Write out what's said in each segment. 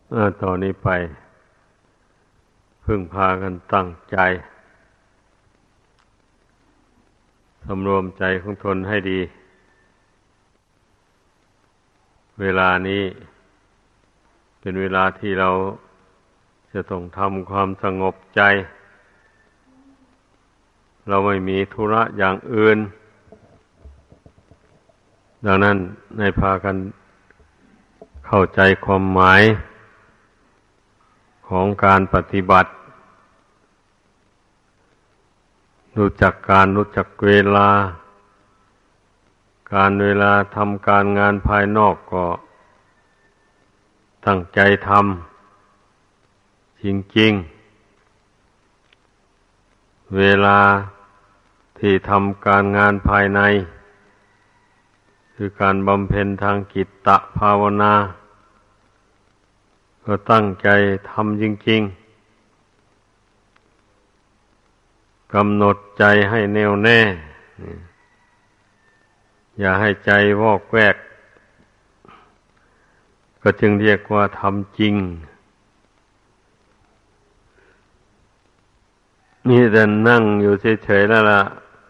ต่อนนี้ไปพึ่งพากันตั้งใจสำรวมใจของตนให้ดีเวลานี้เป็นเวลาที่เราจะต้องทำความสงบใจเราไม่มีธุระอย่างอื่นดังนั้นในพากันเข้าใจความหมายของการปฏิบัติรู้จักการรู้จักเวลาเวลาทำการงานภายนอกก็ตั้งใจทำจริงๆเวลาที่ทำการงานภายในคือการบำเพ็ญทางจิตตภาวนาก็ตั้งใจทำจริงๆกำหนดใจให้แน่วแน่อย่าให้ใจวอกแวกก็จึงเรียกว่าทำจริงนี่แต่นั่งอยู่เฉยๆแล้วล่ะ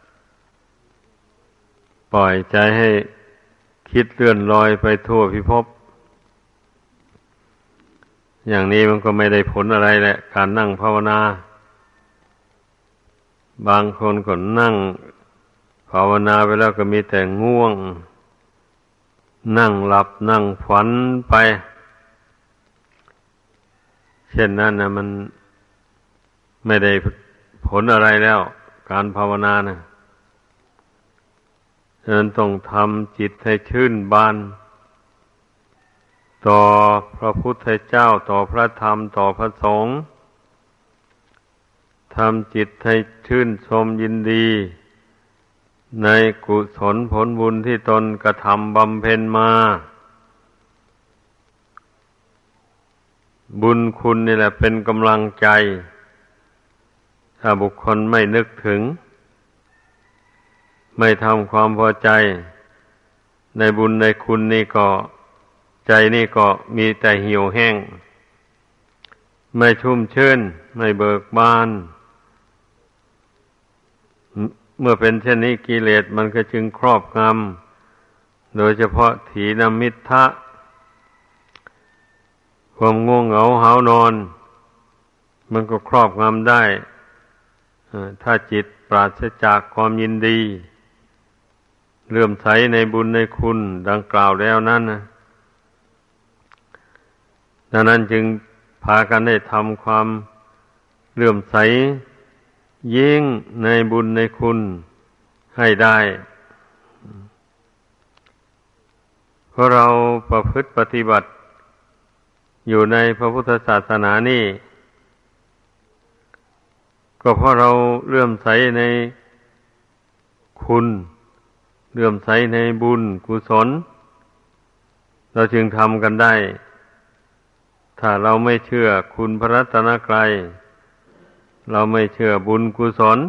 ปล่อยใจให้คิดเลื่อนลอยไปทั่วพิภพอย่างนี้มันก็ไม่ได้ผลอะไรแหละการนั่งภาวนาบางคนก็นั่งภาวนาไปแล้วก็มีแต่ง่วงนั่งหลับนั่งฝันไปเช่นนั้นนะมันไม่ได้ผลอะไรแล้วการภาวนานะฉะนั้นต้องทำจิตให้ชื่นบานต่อพระพุทธเจ้าต่อพระธรรมต่อพระสงฆ์ทำจิตให้ชื่นชมยินดีในกุศลผลบุญที่ตนกระทำบำเพ็ญมาบุญคุณนี่แหละเป็นกำลังใจถ้าบุคคลไม่นึกถึงไม่ทำความพอใจในบุญในคุณนี่ก็ใจนี่ก็มีแต่เหี่ยวแห้งไม่ชุ่มชื่นไม่เบิกบานเมื่อเป็นเช่นนี้กิเลสมันก็จึงครอบงำโดยเฉพาะถีนมิทธะความง่วงเหงาหาวนอนมันก็ครอบงำได้ถ้าจิตปราศจากความยินดีเลื่อมใสในบุญในคุณดังกล่าวแล้วนั้นนะดังนั้นจึงพากันได้ทำความเลื่อมใสยิ่งในบุญในคุณให้ได้เพราะเราประพฤติปฏิบัติอยู่ในพระพุทธศาสนานี่ก็เพราะเราเลื่อมใสในคุณเลื่อมใสในบุญกุศลเราจึงทำกันได้ถ้าเราไม่เชื่อคุณพระรัตนตรัยเราไม่เชื่อบุญกุศล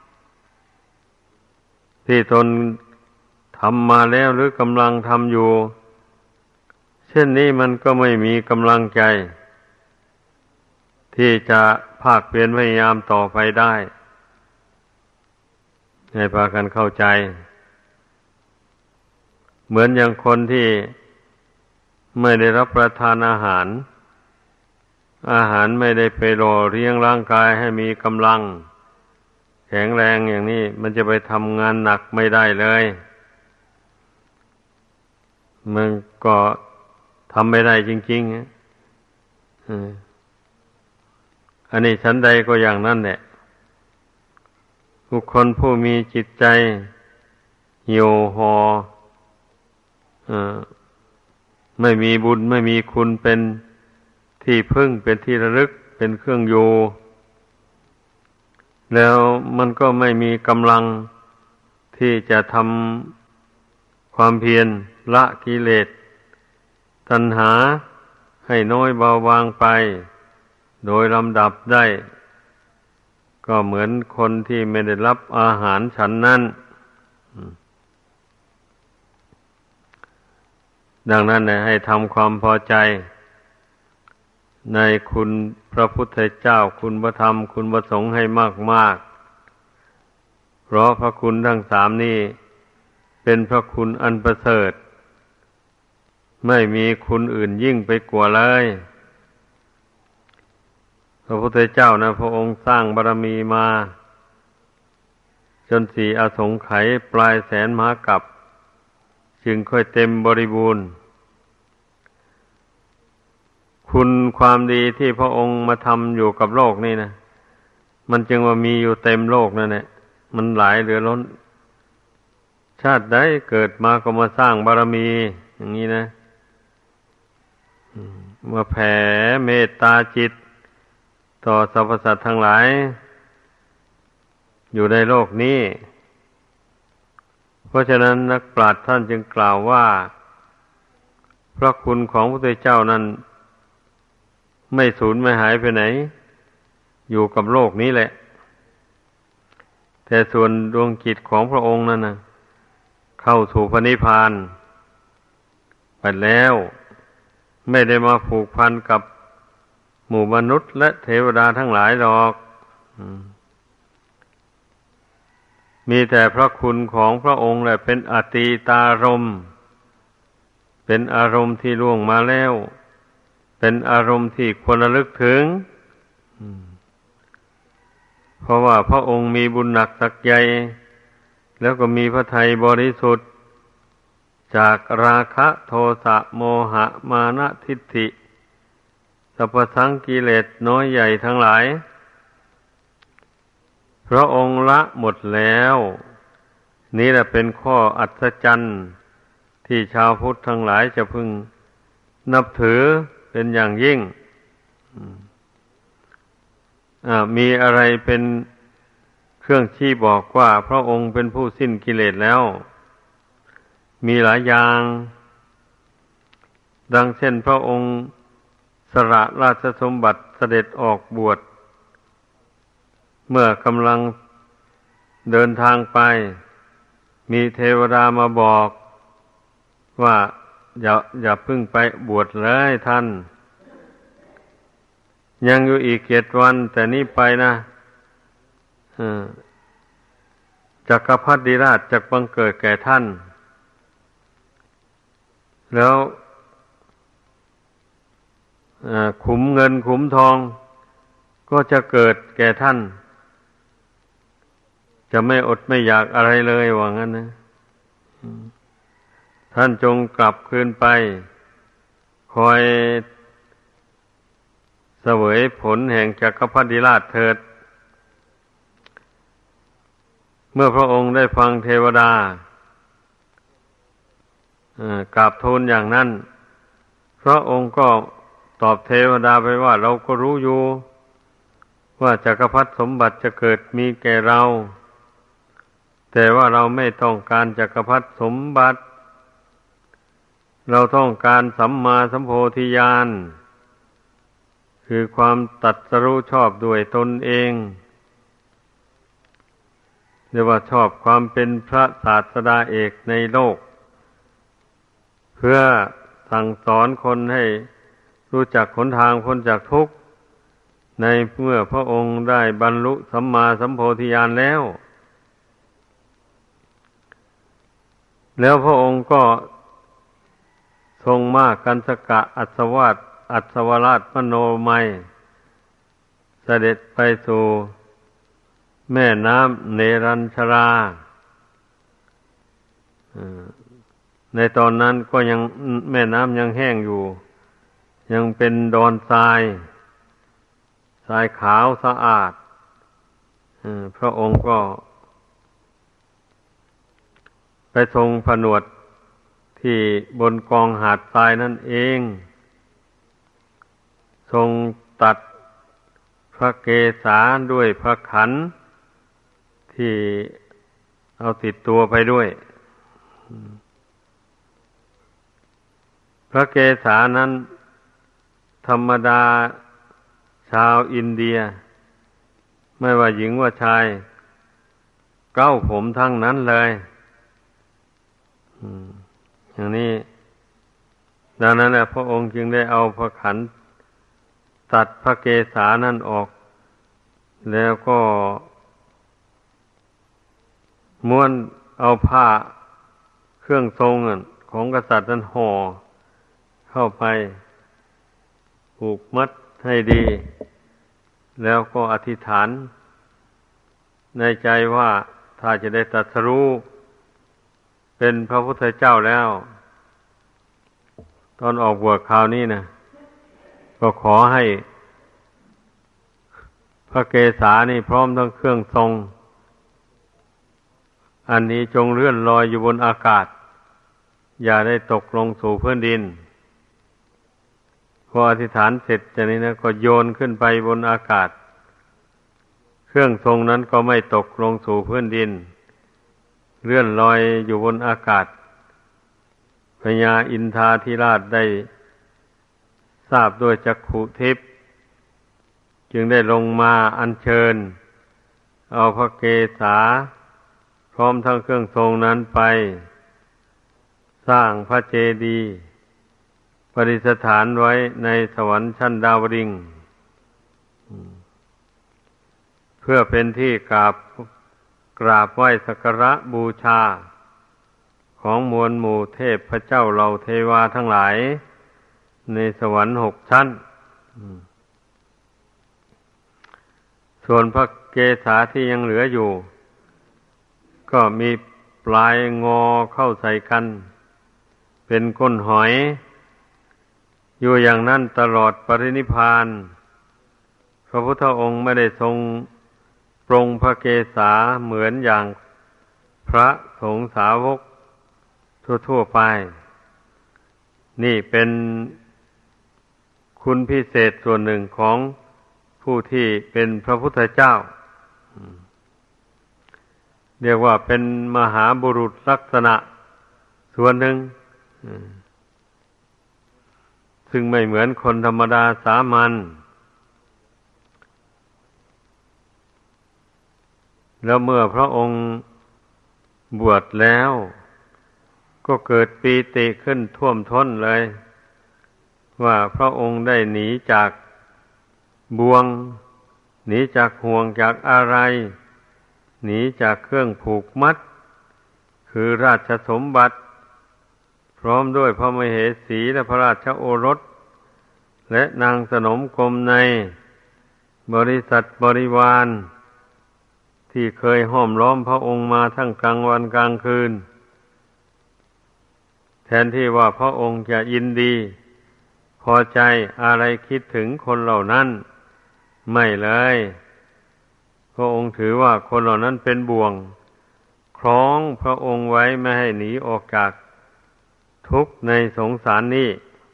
ที่ตนทำมาแล้วหรือกำลังทำอยู่เช่นนี้มันก็ไม่มีกำลังใจที่จะภาคเพียรพยายามต่อไปได้ให้พากันเข้าใจเหมือนอย่างคนที่ไม่ได้รับประทานอาหารไม่ได้ไปหล่อเลี้ยงร่างกายให้มีกำลังแข็งแรงอย่างนี้มันจะไปทำงานหนักไม่ได้เลยมันก็ทำไม่ได้จริงๆอันนี้ชั้นใดก็อย่างนั้นแหละบุคคลผู้มีจิตใจเหี่ยวห่อไม่มีบุญไม่มีคุณเป็นที่พึ่งเป็นที่ระลึกเป็นเครื่องอยู่แล้วมันก็ไม่มีกำลังที่จะทำความเพียรละกิเลสตัณหาให้น้อยเบาบางไปโดยลำดับได้ก็เหมือนคนที่ไม่ได้รับอาหารฉันนั้นดังนั้นให้ทำความพอใจในคุณพระพุทธเจ้าคุณพระธรรมคุณพระสงฆ์ให้มากๆเพราะพระคุณทั้งสามนี้เป็นพระคุณอันประเสริฐไม่มีคุณอื่นยิ่งไปกว่าเลยพระพุทธเจ้านะพระองค์สร้างบารมีมาจนสี่อสงไขยปลายแสนมหากัปจึงค่อยเต็มบริบูรณ์คุณความดีที่พระองค์มาทำอยู่กับโลกนี่นะมันจึงว่ามีอยู่เต็มโลกนั่นแหละมันหลายเหลือล้นชาติใดเกิดมาก็มาสร้างบารมีอย่างนี้นะมาแผ่เมตตาจิตต่อสรรพสัตว์ทั้งหลายอยู่ในโลกนี้เพราะฉะนั้นนักปราชญ์ท่านจึงกล่าวว่าพระคุณของพระพุทธเจ้านั้นไม่สูญไม่หายไปไหนอยู่กับโลกนี้แหละแต่ส่วนดวงจิตของพระองค์นั้นนะเข้าสู่พระนิพพานไปแล้วไม่ได้มาผูกพันกับหมู่มนุษย์และเทวดาทั้งหลายหรอกมีแต่พระคุณของพระองค์แหละเป็นอตีตารมณ์เป็นอารมณ์ที่ล่วงมาแล้วเป็นอารมณ์ที่ควรระลึกถึงเพราะว่าพระองค์มีบุญหนักสักใหญ่แล้วก็มีพระทัยบริสุทธิ์จากราคะโทสะโมหะมานะทิฏฐิสัพพสังกิเลสน้อยใหญ่ทั้งหลายพระองค์ละหมดแล้วนี่แหละเป็นข้ออัศจรรย์ที่ชาวพุทธทั้งหลายจะพึงนับถือเป็นอย่างยิ่งมีอะไรเป็นเครื่องชี้บอกว่าพระองค์เป็นผู้สิ้นกิเลสแล้วมีหลายอย่างดังเช่นพระองค์สละราชสมบัติเสด็จออกบวชเมื่อกำลังเดินทางไปมีเทวดามาบอกว่าอย่าเพิ่งไปบวชเลยท่านยังอยู่อีก7 วันแต่นี้ไปนะจักรพรรดิราชจะบังเกิดแก่ท่านแล้วขุมเงินขุมทองก็จะเกิดแก่ท่านจะไม่อดไม่อยากอะไรเลยว่างั้นนะท่านจงกลับคืนไปคอยเสวยผลแห่งจักรพรรดิราชเถิดเมื่อพระองค์ได้ฟังเทวดากราบทูลอย่างนั้นพระองค์ก็ตอบเทวดาไปว่าเราก็รู้อยู่ว่าจักรพรรดิสมบัติจะเกิดมีแก่เราแต่ว่าเราไม่ต้องการจักรพรรดิสมบัติเราต้องการสัมมาสัมโพธิญาณคือความตรัสรู้ชอบด้วยตนเองเรียกว่าชอบความเป็นพระศาสดาเอกในโลกเพื่อสั่งสอนคนให้รู้จักหนทางพ้นจากทุกข์ในเมื่อพระองค์ได้บรรลุสัมมาสัมโพธิญาณแล้วพระองค์ก็ทรงมากัณฑกะอัศวราชมโนมัยเสด็จไปสู่แม่น้ำเนรัญชราในตอนนั้นก็ยังแม่น้ำยังแห้งอยู่ยังเป็นดอนทรายขาวสะอาดพระองค์ก็ไปทรงผนวดที่บนกองหาดทรายนั่นเองทรงตัดพระเกศาด้วยพระขันที่เอาติดตัวไปด้วยพระเกศานั้นธรรมดาชาวอินเดียไม่ว่าหญิงว่าชายเก้าผมทั้งนั้นเลยอย่างนี้ดังนั้นแหละพระองค์จึงได้เอาพระขันตัดพระเกศานั่นออกแล้วก็ม้วนเอาผ้าเครื่องทรงของกษัตริย์นั้นห่อเข้าไปผูกมัดให้ดีแล้วก็อธิษฐานในใจว่าถ้าจะได้ตรัสรู้เป็นพระพุทธเจ้าแล้วตอนออกบวชคราวนี้นะก็ขอให้พระเกศานี่พร้อมทั้งเครื่องทรงอันนี้จงเลื่อนลอยอยู่บนอากาศอย่าได้ตกลงสู่พื้นดินพออธิษฐานเสร็จจากนี้นะก็โยนขึ้นไปบนอากาศเครื่องทรงนั้นก็ไม่ตกลงสู่พื้นดินเลื่อนลอยอยู่บนอากาศพญาอินทราธิราชได้ทราบด้วยจักขุทิพย์จึงได้ลงมาอัญเชิญเอาพระเกศาพร้อมทั้งเครื่องทรงนั้นไปสร้างพระเจดีย์ประดิษฐานไว้ในสวรรค์ชั้นดาวดึงส์เพื่อเป็นที่กราบไหว้สักการะบูชาของมวลหมู่เทพพระเจ้าเหล่าเทวาทั้งหลายในสวรรค์6 ชั้นส่วนพระเกศาที่ยังเหลืออยู่ก็มีปลายงอเข้าใส่กันเป็นก้นหอยอยู่อย่างนั้นตลอดปรินิพพานพระพุทธองค์ไม่ได้ทรงปรงพระเกศาเหมือนอย่างพระสงฆ์สาวกทั่วๆไปนี่เป็นคุณพิเศษส่วนหนึ่งของผู้ที่เป็นพระพุทธเจ้าเรียกว่าเป็นมหาบุรุษลักษณะส่วนหนึ่งซึ่งไม่เหมือนคนธรรมดาสามัญแล้วเมื่อพระองค์บวชแล้วก็เกิดปีติขึ้นท่วมท้นเลยว่าพระองค์ได้หนีจากบ่วงหนีจากห่วงจากอะไรหนีจากเครื่องผูกมัดคือราชสมบัติพร้อมด้วยพระมเหสีและพระราชโอรสและนางสนมกรมในบริษัทบริวารที่เคยห้อมล้อมพระองค์มาทั้งกลางวันกลางคืนแทนที่ว่าพระองค์จะยินดีพอใจอะไรคิดถึงคนเหล่านั้นไม่เลยพระองค์ถือว่าคนเหล่านั้นเป็นบ่วงคล้องพระองค์ไว้ไม่ให้หนีออกจากทุกข์ในสงสารนี้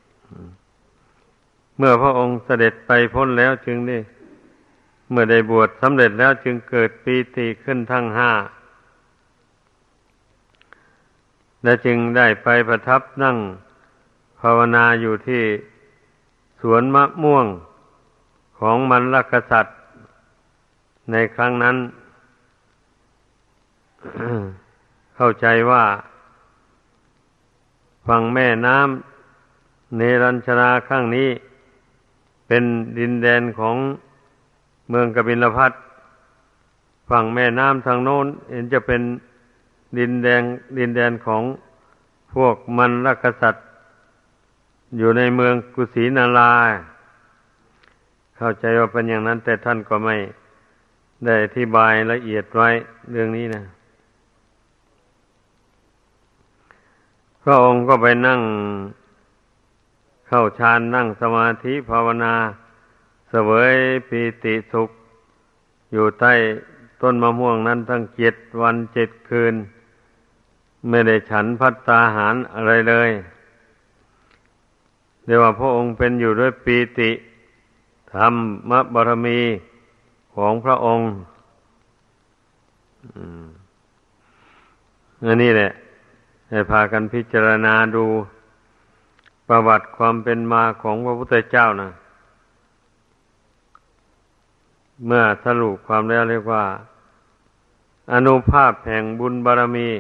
เมื่อพระองค์เสด็จไปพ้นแล้วจึงได้เมื่อได้บวชสำเร็จแล้วจึงเกิดปีติขึ้นทั้ง 5และจึงได้ไปประทับนั่งภาวนาอยู่ที่สวนมะม่วงของมัลลกษัตริย์ในครั้งนั้น เข้าใจว่าฝั่งแม่น้ำเนรัญชราข้างนี้เป็นดินแดนของเมืองกบิลพัสดุฝั่งแม่น้ำทางโน้นเห็นจะเป็นดินแดนของพวกมัลลกษัตริย์อยู่ในเมืองกุสินาราเข้าใจว่าเป็นอย่างนั้นแต่ท่านก็ไม่ได้อธิบายละเอียดไว้เรื่องนี้นะพระองค์ก็ไปนั่งเข้าฌานนั่งสมาธิภาวนาเสวยปีติสุขอยู่ใต้ต้นมะม่วงนั้นทั้ง7 วัน 7 คืนไม่ได้ฉันภัตตาหารอะไรเลยเรียกว่าพระองค์เป็นอยู่ด้วยปีติธรรมบารมีของพระองค์อันนี้แหละให้พากันพิจารณาดูประวัติความเป็นมาของพระพุทธเจ้านะเมื่อสรุปความแล้วเรียกว่าอานุภาพแห่งบุญบารมี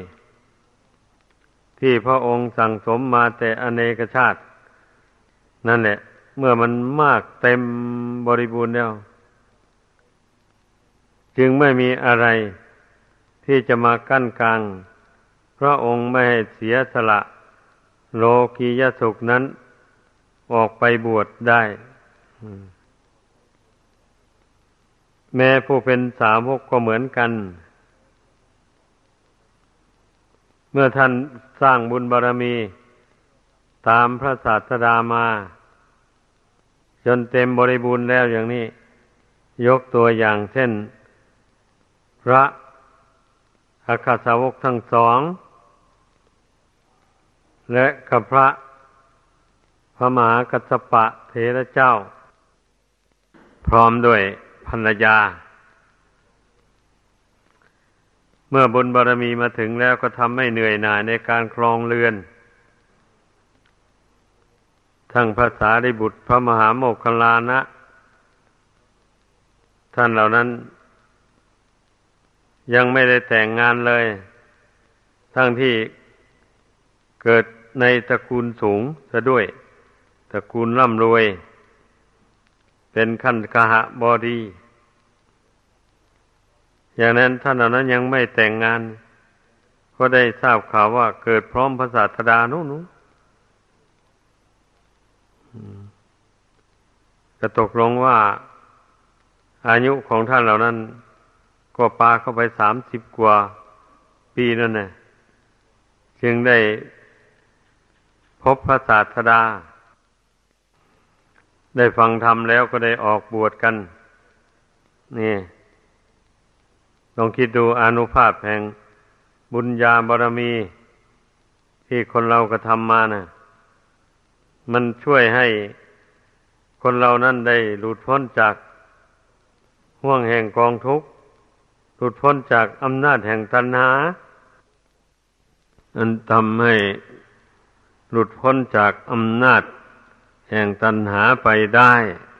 ที่พระองค์สั่งสมมาแต่อเนกชาตินั่นแหละเมื่อมันมากเต็มบริบูรณ์แล้วจึงไม่มีอะไรที่จะมากั้นกลางพระองค์ไม่ให้เสียสละโลกียสุขนั้นออกไปบวชได้แม้ผู้เป็นสาวกก็เหมือนกันเมื่อท่านสร้างบุญบารมีตามพระศาสดามาจนเต็มบริบูรณ์แล้วอย่างนี้ยกตัวอย่างเช่นพระอัคคสาวกทั้งสองและกับพระมหากัสสปะเถระเจ้าพร้อมด้วยภรรยาเมื่อบุญบารมีมาถึงแล้วก็ทำให้เหนื่อยหน่ายในการครองเรือนทั้งพระสารีบุตรพระมหาโมคคัลลานะท่านเหล่านั้นยังไม่ได้แต่งงานเลยทั้งที่เกิดในตระกูลสูงซะด้วยตระกูลร่ำรวยเป็นขั้นคหบดีอย่างนั้นท่านเหล่านั้นยังไม่แต่งงานก็ได้ทราบข่าวว่าเกิดพร้อมพระศาสดานู้นก็ตกลงว่าอายุของท่านเหล่านั้นก็ปาเข้าไป30 กว่าปีนั่นน่ะจึงได้พบพระศาสดาได้ฟังธรรมแล้วก็ได้ออกบวชกันนี่ลองคิดดูอานุภาพแห่งบุญญาบารมีที่คนเรากระทำมาน่ะมันช่วยให้คนเรานั้นได้หลุดพ้นจากห่วงแห่งกองทุกข์หลุดพ้นจากอำนาจแห่งตัณหาอันทำให้หลุดพ้นจากอำนาจแห่งตัณหาไปได้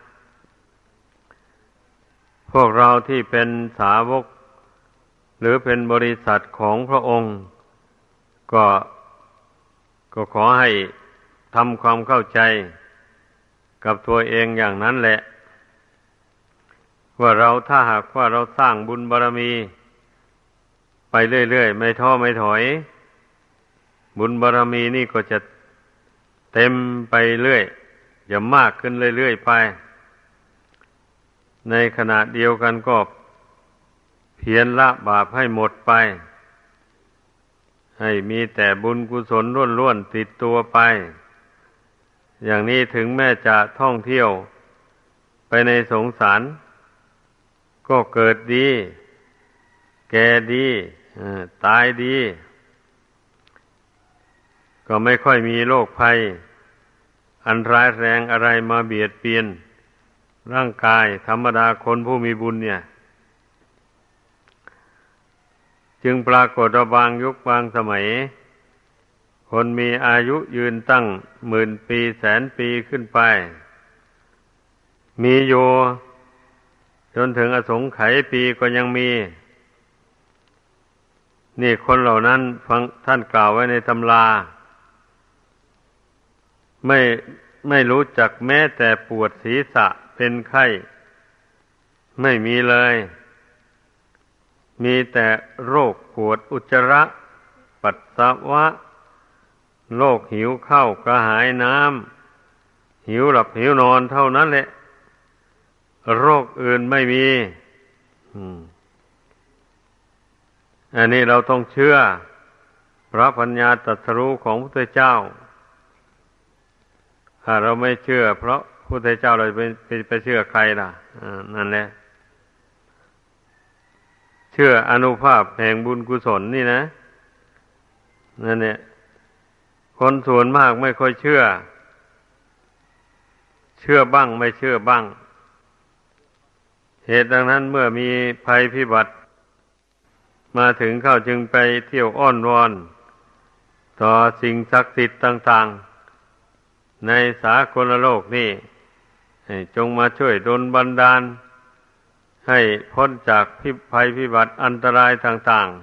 พวกเราที่เป็นสาวกหรือเป็นบริษัทของพระองค์ก็ขอให้ทำความเข้าใจกับตัวเองอย่างนั้นแหละว่าเราถ้าหากว่าเราสร้างบุญบารมีไปเรื่อยๆไม่ท้อไม่ถอยบุญบารมีนี่ก็จะเต็มไปเรื่อยจะมากขึ้นเรื่อยๆไปในขณะเดียวกันก็เพียรละบาปให้หมดไปให้มีแต่บุญกุศลล้วนๆติดตัวไปอย่างนี้ถึงแม้จะท่องเที่ยวไปในสงสารก็เกิดดีแก่ดีตายดีก็ไม่ค่อยมีโรคภัยอันร้ายแรงอะไรมาเบียดเบียนร่างกายธรรมดาคนผู้มีบุญเนี่ยจึงปรากฏว่าบางยุคบางสมัยคนมีอายุยืนตั้ง10,000 ปีแสนปีขึ้นไปมีอยู่จนถึงอสงไขยปีก็ยังมีนี่คนเหล่านั้นฟังท่านกล่าวไว้ในตำราไม่รู้จักแม้แต่ปวดศีรษะเป็นไข้ไม่มีเลยมีแต่โรคปวดอุจจาระปัสสาวะโรคหิวข้าวกระหายน้ำหิวหลับหิวนอนเท่านั้นแหละโรคอื่นไม่มีอันนี้เราต้องเชื่อพระปัญญาตรัสรู้ของพระพุทธเจ้าถ้าเราไม่เชื่อเพราะพระพุทธเจ้าเราไปเชื่อใครล่ะนั่นแหละเชื่ออานุภาพแห่งบุญกุศลนี่นะนั่นเนี่ยคนส่วนมากไม่ค่อยเชื่อบ้างไม่เชื่อบ้างเหตุดังนั้นเมื่อมีภัยพิบัติมาถึงเข้าจึงไปเที่ยวอ้อนวอนต่อสิ่งศักดิ์สิทธิ์ต่างๆในสากลโลกนี่ให้จงมาช่วยดลบันดาลให้พ้นจากภัยพิบัติอันตรายต่าง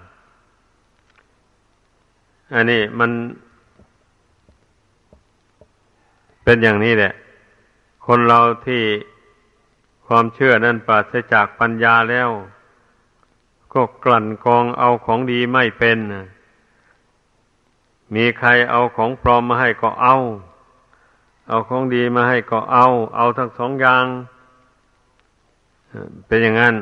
ๆอันนี้มันเป็นอย่างนี้แหละคคนเราที่ความเชื่อนั้นปราศจากปัญญาแล้วก็กลั่นกรองเอาของดีไม่เป็นมีใครเอาของปลอมมาให้ก็เอาของดีมาให้ก็เอาทั้งสองอย่างเป็นอย่างนั้น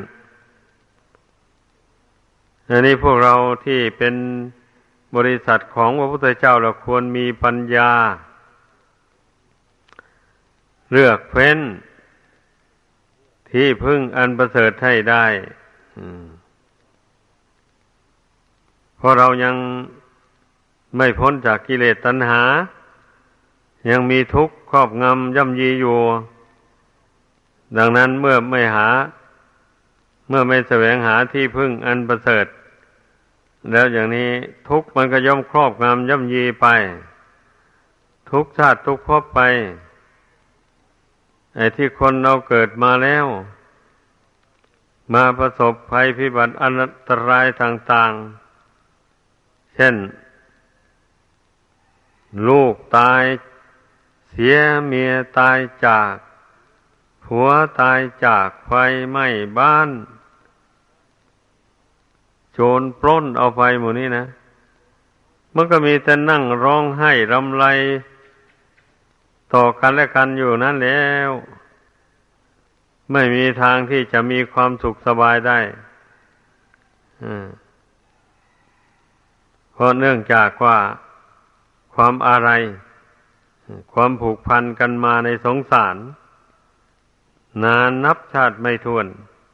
อันนี้พวกเราที่เป็นบริษัทของพระพุทธเจ้าเราควรมีปัญญาเลือกเฟ้นที่พึ่งอันประเสริฐให้ได้เพราะเรายังไม่พ้นจากกิเลสตัณหายังมีทุกข์ครอบงำย่ำยีอยู่ดังนั้นเมื่อไม่แสวงหาที่พึ่งอันประเสริฐแล้วอย่างนี้ทุกข์มันก็ย่อมครอบงำย่ำยีไปทุกชาติทุกภพไปไอ้ที่คนเราเกิดมาแล้วมาประสบภัยพิบัติอันตรายต่างๆเช่นลูกตายเสียเมียตายจากผัวตายจากไฟไหม้บ้านโจรปล้นเอาไปหมู่นี้นะมันก็มีแต่นั่งร้องไห้รำไรต่อกันและกันอยู่นั่นแล้วไม่มีทางที่จะมีความสุขสบายได้เพราะเนื่องจากว่าความอะไรความผูกพันกันมาในสงสารนานนับชาติไม่ถ้วน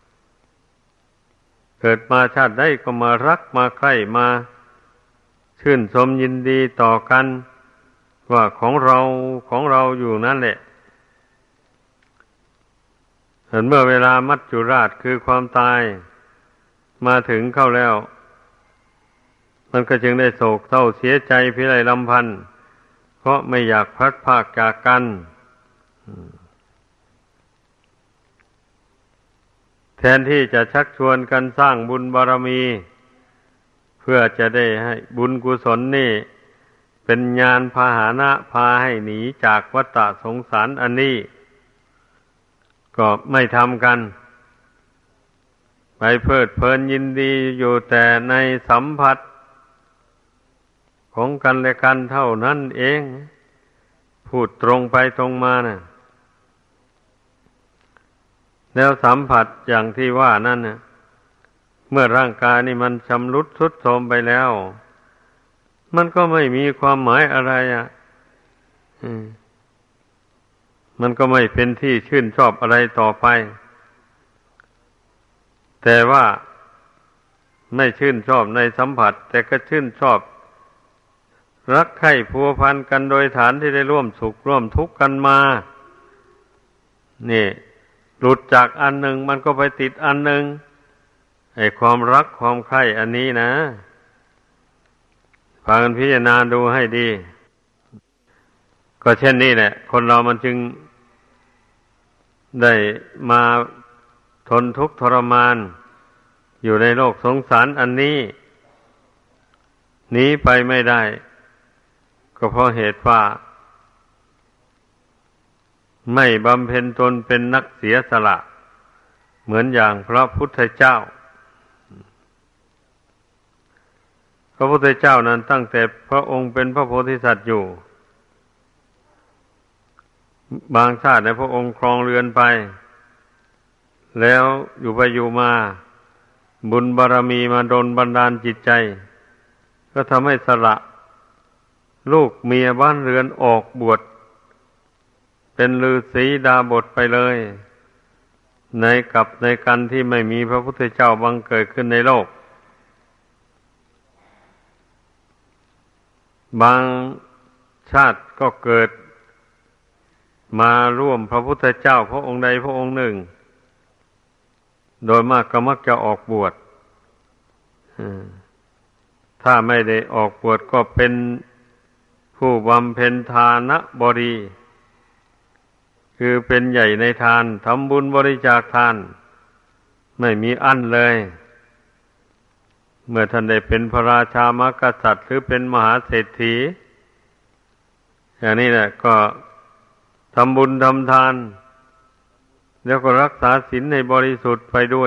เกิดมาชาติใดก็มารักมาใคร่มาชื่นชมยินดีต่อกันว่าของเราอยู่นั่นแหละเมื่อเวลามัจจุราชคือความตายมาถึงเข้าแล้วมันก็จึงได้โศกเศร้าเสียใจพิไรลำพันธ์เพราะไม่อยากพลัดพรากจากกันแทนที่จะชักชวนกันสร้างบุญบารมีเพื่อจะได้ให้บุญกุศลนี่เป็นญาณพาหนะพาให้หนีจากวัฏสงสารอันนี้ก็ไม่ทำกันไปเพลิดเพลินยินดีอยู่แต่ในสัมผัสของกันและกันเท่านั้นเองพูดตรงไปตรงมานะแล้วสัมผัสอย่างที่ว่านั่นนะเมื่อร่างกายนี่มันชำรุดทรุดโทรมไปแล้วมันก็ไม่มีความหมายอะไรมันก็ไม่เป็นที่ชื่นชอบอะไรต่อไปแต่ว่าไม่ชื่นชอบในสัมผัสแต่ก็ชื่นชอบรักใคร่พัวพันกันโดยฐานที่ได้ร่วมสุขร่วมทุกข์กันมานี่หลุดจากอันหนึ่งมันก็ไปติดอันหนึ่งไอ้ความรักความใคร่อันนี้นะพากันพิจารณาดูให้ดีก็เช่นนี้แหละคนเรามันจึงได้มาทนทุกข์ทรมานอยู่ในโลกสงสารอันนี้หนีไปไม่ได้ก็เพราะเหตุว่าไม่บำเพ็ญตนเป็นนักเสียสละเหมือนอย่างพระพุทธเจ้าพระพุทธเจ้านั้นตั้งแต่พระองค์เป็นพระโพธิสัตว์อยู่บางชาติในพระองค์ครองเรือนไปแล้วอยู่ไปอยู่มาบุญบารมีมาดลบันดาลจิตใจก็ทำให้สละลูกเมียบ้านเรือนออกบวชเป็นฤาษีดาบสไปเลยในกันที่ไม่มีพระพุทธเจ้าบังเกิดขึ้นในโลกบางชาติก็เกิดมาร่วมพระพุทธเจ้าพระองค์ใดพระองค์หนึ่งโดยมากก็มักจะออกบวชถ้าไม่ได้ออกบวชก็เป็นผู้บำเพ็ญทานบริคือเป็นใหญ่ในทานทำบุญบริจาคทานไม่มีอั้นเลยเมื่อท่านได้เป็นพระราชามกษัตริย์หรือเป็นมหาเศรษฐีอย่างนี้แหละก็ทำบุญทำทานแล้วก็รักษาศีลในบริสุทธิ์ไปด้วย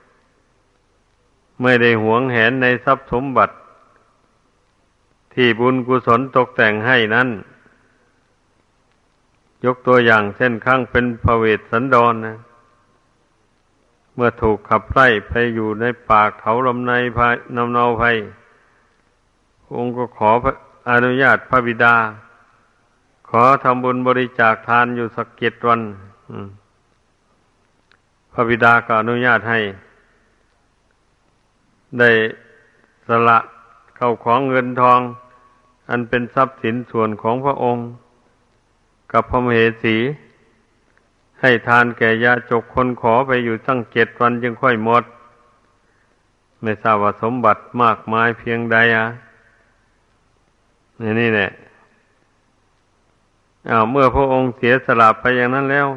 ไม่ได้หวงแหนในทรัพย์สมบัติที่บุญกุศลตกแต่งให้นั้นยกตัวอย่างเช่นครั้งเป็นพระเวสสันดรนะเมื่อถูกขับไล่ไปอยู่ในป่าเขาลำนำเนาภัยองค์ก็ขออนุญาตพระบิดาขอทำบุญบริจาคทานอยู่สัก7 วันพระบิดาก็อนุญาตให้ได้สละเข้าของเงินทองอันเป็นทรัพย์สินส่วนของพระองค์กับพระมเหสีให้ทานแก่ยาจกคนขอไปอยู่ตั้ง7 วันจึงค่อยหมดไม่ทราบว่าสมบัติมากมายเพียงใดนี่แหละเมื่อพระองค์เสียสละไปอย่างนั้นแล้ว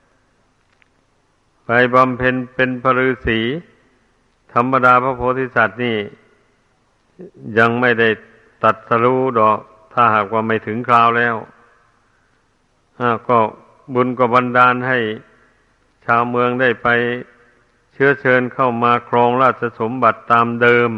ไปบำเพ็ญเป็นพระฤาษีธรรมดาพระโพธิสัตว์นี่ยังไม่ได้ตรัสรู้ดอกถ้าหากว่าไม่ถึงคราวแล้วก็บุญก็บันดาลให้ชาวเมืองได้ไปเชื้อเชิญเข้ามาครองราชสมบัติตามเดิม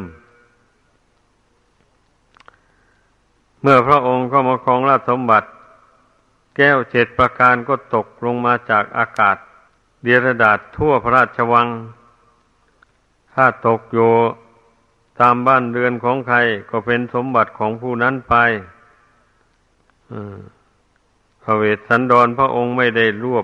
เมื่อพระองค์เข้ามาครองราชสมบัติแก้ว7 ประการก็ตกลงมาจากอากาศเดียรดาษทั่วพระราชวังถ้าตกอยู่ตามบ้านเรือนของใครก็เป็นสมบัติของผู้นั้นไปพระเวสสันดรพระองค์ไม่ได้รวบ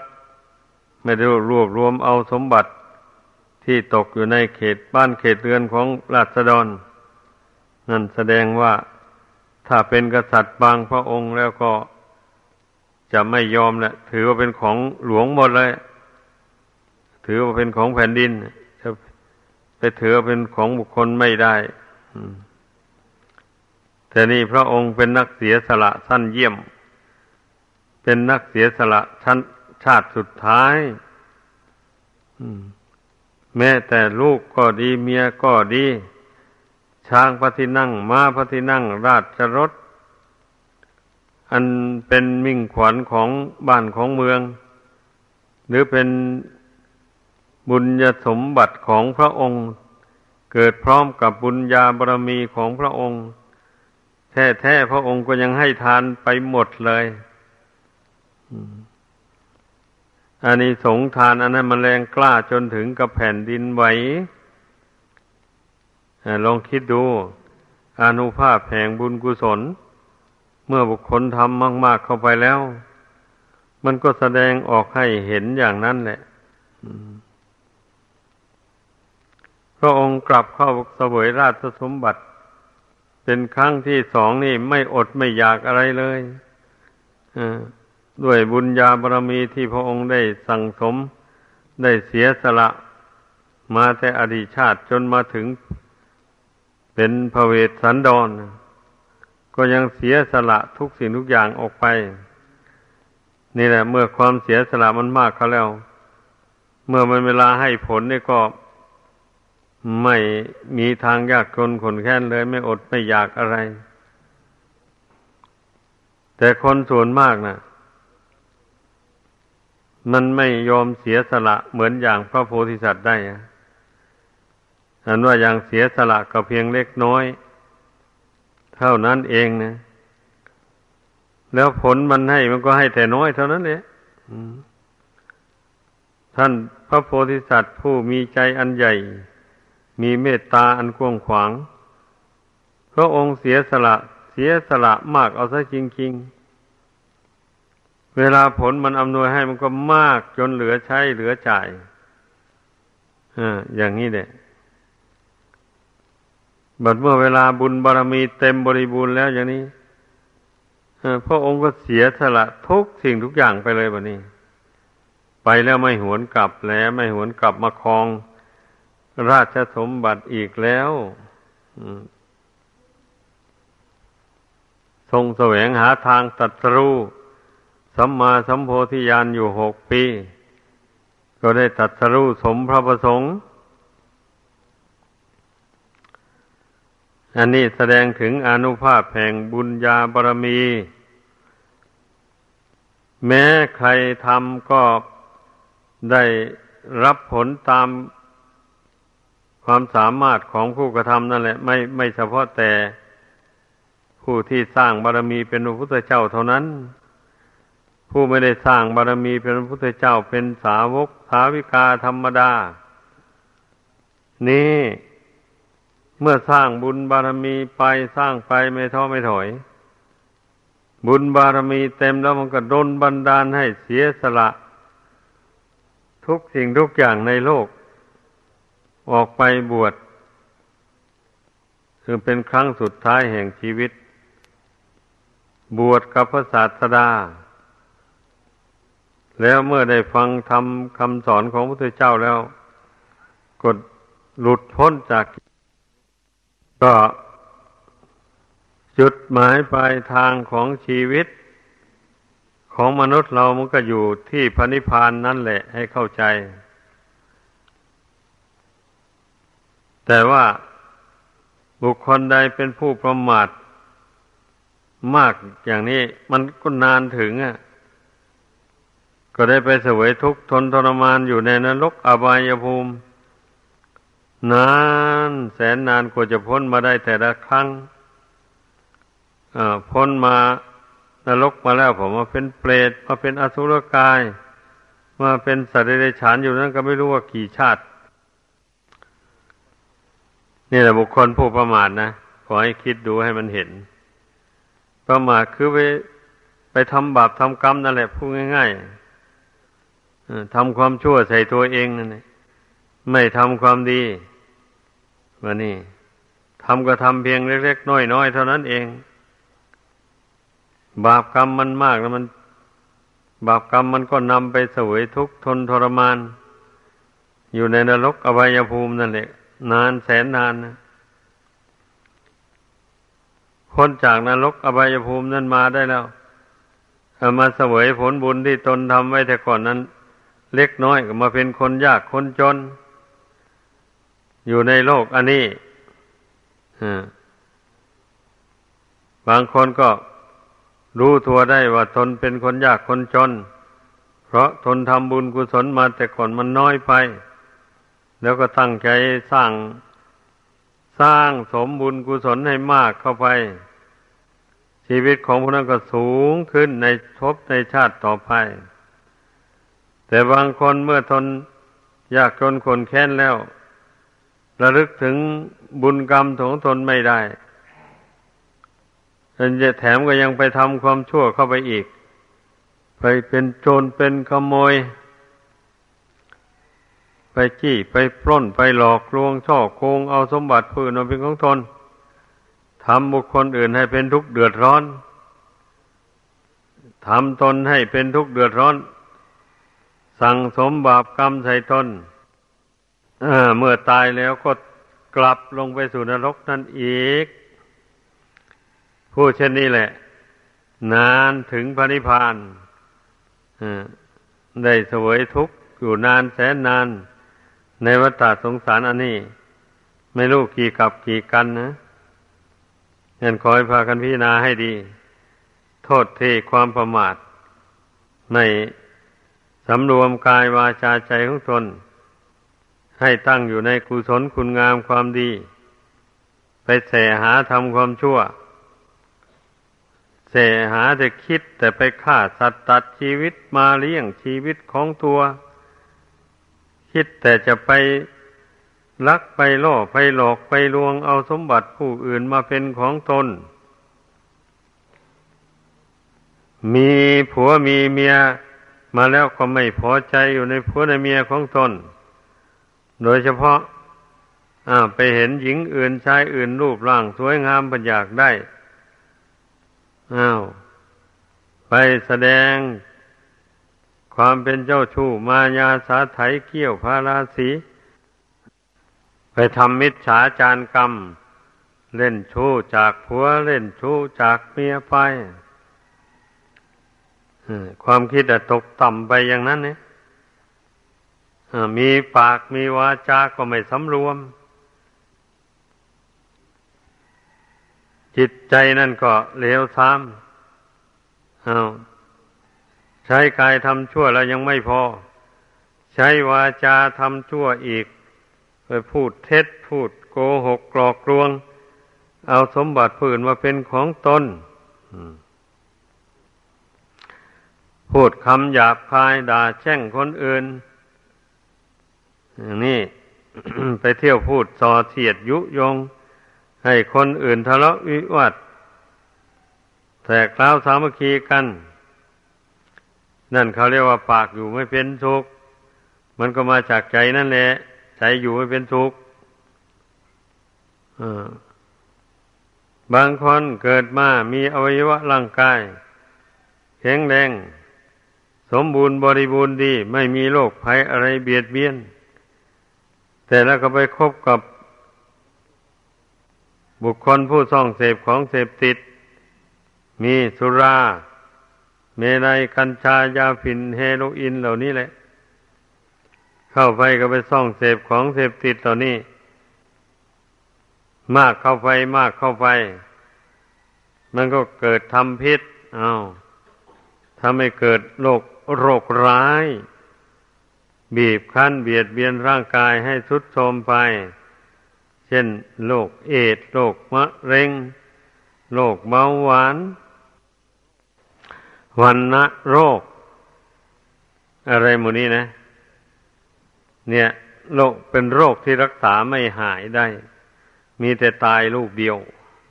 รวมเอาสมบัติที่ตกอยู่ในเขตบ้านเขตเรือนของราษฎรนั่นแสดงว่าถ้าเป็นกษัตริย์บางพระองค์แล้วก็จะไม่ยอมแหละถือว่าเป็นของหลวงหมดเลยถือว่าเป็นของแผ่นดินจะไปถือว่าเป็นของบุคคลไม่ได้แต่นี่พระองค์เป็นนักเสียสละชั้นเยี่ยมเป็นนักเสียสละชาติสุดท้ายแม้แต่ลูกก็ดีเมียก็ดีช้างพระที่นั่งม้าพระที่นั่งราชรถอันเป็นมิ่งขวัญของบ้านของเมืองหรือเป็นบุญญาสมบัติของพระองค์เกิดพร้อมกับบุญญาบารมีของพระองค์แท้ๆพระองค์ก็ยังให้ทานไปหมดเลยอานิสงส์ทานอันนั้นมันแรงกล้าจนถึงกับแผ่นดินไหวลองคิดดูอานุภาพแห่งบุญกุศลเมื่อบุคคลทำมากๆเข้าไปแล้วมันก็แสดงออกให้เห็นอย่างนั้นแหละพระองค์กลับเข้าเสวยราชสมบัติเป็นครั้งที่2นี่ไม่อดไม่อยากอะไรเลยด้วยบุญญาบารมีที่พระองค์ได้สั่งสมได้เสียสละมาแต่อดีตชาติจนมาถึงเป็นพระเวสสันดรก็ยังเสียสละทุกสิ่งทุกอย่างออกไปนี่แหละเมื่อความเสียสละมันมากเขาแล้วเมื่อมันเวลาให้ผลนี่ก็ไม่มีทางยากจนขนแค้นเลยไม่อดไม่อยากอะไรแต่คนส่วนมากน่ะมันไม่ยอมเสียสละเหมือนอย่างพระโพธิสัตว์ได้อันว่าอย่างเสียสละก็เพียงเล็กน้อยเท่านั้นเองนะแล้วผลมันให้มันก็ให้แต่น้อยเท่านั้นเองท่านพระโพธิสัตว์ผู้มีใจอันใหญ่มีเมตตาอันกว้างขวางพระองค์เสียสละมากเอาซะจริงๆเวลาผลมันอำนวยให้มันก็มากจนเหลือใช้เหลือจ่ายอย่างนี้แหละบัดเมื่อเวลาบุญบารมีเต็มบริบูรณ์แล้วอย่างนี้พระองค์ก็เสียสละทุกสิ่งทุกอย่างไปเลยบัดนี้ไปแล้วไม่หวนกลับแล้วไม่หวนกลับมาครองราชสมบัติอีกแล้วทรงแสวงหาทางตรัสรู้สัมมาสัมโพธิญาณอยู่6 ปีก็ได้ตรัสรู้สมพระประสงค์อันนี้แสดงถึงอานุภาพแห่งบุญญาบารมีแม้ใครทำก็ได้รับผลตามความสามารถของผู้กระทำนั่นแหละไม่เฉพาะแต่ผู้ที่สร้างบารมีเป็นพระพุทธเจ้าเท่านั้นผู้ไม่ได้สร้างบารมีเป็นพระพุทธเจ้าเป็นสาวกสาวิกาธรรมดานี่เมื่อสร้างบุญบารมีไปสร้างไปไม่ท้อไม่ถอยบุญบารมีเต็มแล้วมันก็ดลบันดาลให้เสียสละทุกสิ่งทุกอย่างในโลกออกไปบวชคือเป็นครั้งสุดท้ายแห่งชีวิตบวชกับพระศาสดาแล้วเมื่อได้ฟังธรรมคำสอนของพระพุทธเจ้าแล้วก็หลุดพ้นจากก็จุดหมายปลายทางของชีวิตของมนุษย์เรามันก็อยู่ที่พระนิพพานนั่นแหละให้เข้าใจแต่ว่าบุคคลใดเป็นผู้ประมาทมากอย่างนี้มันก็นานถึงก็ได้ไปเสวยทุกข์ทนทรมานอยู่ในนรกอบายภูมินานแสนนานกว่าจะพ้นมาได้แต่ละครั้งพ้นมานรกมาแล้วผมมาเป็นเปรตมาเป็นอสุรกายมาเป็นสัตว์เดรัจฉานอยู่นั้นก็ไม่รู้ว่ากี่ชาตินี่แหละบุคคลผู้ประมาทนะขอให้คิดดูให้มันเห็นประมาทคือไปทำบาปทำกรรมนั่นแหละพูดง่ายๆทำความชั่วใส่ตัวเองนั่นแหละไม่ทำความดีว่านี่ทำก็ทำเพียงเล็กๆน้อยๆเท่านั้นเองบาปกรรมมันมากแล้วมันบาปกรรมมันก็นำไปเสวยทุกข์ทนทรมานอยู่ในนรกอบายภูมินั่นแหละนานแสนนานนะพ้นจากนรกอบายภูมินั้นมาได้แล้วมาเสวยผลบุญที่ตนทำไว้แต่ก่อนนั้นเล็กน้อยก็มาเป็นคนยากคนจนอยู่ในโลกอันนี้บางคนก็รู้ตัวได้ว่าตนเป็นคนยากคนจนเพราะทนทำบุญกุศลมาแต่ก่อนมันน้อยไปแล้วก็ตั้งใจสร้างสมบุญกุศลให้มากเข้าไปชีวิตของพวกนั้นก็สูงขึ้นในภพในชาติต่อไปแต่บางคนเมื่อทนยากจนขนแค้นแล้วระลึกถึงบุญกรรมของตนไม่ได้แถมก็ยังไปทำความชั่วเข้าไปอีกไปเป็นโจรเป็นขโมยไปจี้ไปปล้นไปหลอกลวงช่อโกงเอาสมบัติผู้อื่นมาเป็นของตนทำบุคคลอื่นให้เป็นทุกข์เดือดร้อนทำตนให้เป็นทุกข์เดือดร้อนสั่งสมบาปกรรมใส่ตนเมื่อตายแล้วก็กลับลงไปสู่นรกนั่นอีกผู้เช่นนี้แหละนานถึงพระนิพพานได้เสวยทุกข์อยู่นานแสนนานในวัฏสงสารอันนี้ไม่รู้กี่กับกี่กันนะงั้นขอให้พากันพิจารณาให้ดีโทษที่ความประมาทไม่สำรวมกายวาจาใจของตนให้ตั้งอยู่ในกุศลคุณงามความดีไปแสหาทำความชั่วแสหาแต่คิดแต่ไปฆ่าสัตว์ตัดชีวิตมาเลี้ยงชีวิตของตัวคิดแต่จะไปลักไปล่อไปหลอกไปลวงเอาสมบัติผู้อื่นมาเป็นของตนมีผัวมีเมียมาแล้วก็ไม่พอใจอยู่ในผัวในเมียของตนโดยเฉพาะไปเห็นหญิงอื่นชายอื่นรูปร่างสวยงามบัญญัติได้ไปแสดงความเป็นเจ้าชู้มายาสาไถเกี่ยวพาราสีไปทำมิจฉาจารกรรมเล่นชู้จากผัวเล่นชู้จากเมียไปความคิดตกต่ำไปอย่างนั้นเนี่ยมีปากมีวาจาก็ไม่สำรวมจิตใจนั่นก็เลวทรามใช้กายทำชั่วแล้วยังไม่พอใช้วาจาทำชั่วอีกไปพูดเท็จพูดโกหกกลอกลวงเอาสมบัติผู้อื่นมาเป็นของตนพูดคำหยาบคายด่าแช่งคนอื่นอย่างนี้ ไปเที่ยวพูดส่อเสียดยุยงให้คนอื่นทะเลาะวิวาทแตกร้าวสามัคคีกันนั่นเขาเรียกว่าปากอยู่ไม่เป็นสุขมันก็มาจากใจนั่นแหละใจอยู่ไม่เป็นสุขบางคนเกิดมามีอวัยวะร่างกายแข็งแรงสมบูรณ์บริบูรณ์ดีไม่มีโรคภัยอะไรเบียดเบียนแต่แล้วก็ไปคบกับบุคคลผู้ส่องเสพของเสพติดมีสุราเมรัยกัญชายาฝิ่นเฮโรอีนเหล่านี้แหละเข้าไปก็ไปส่องเสพของเสพติดเหล่านี้มากเข้าไปมันก็เกิดทำพิษทำให้เกิดโรคร้ายบีบคั้นเบียดเบียนร่างกายให้ทรุดโทรมไปเช่นโรคเอดส์โรคมะเร็งโรคเบาหวานวัณโรคอะไรหมดนี้นะเนี่ยโรคเป็นโรคที่รักษาไม่หายได้มีแต่ตายลูกเดียว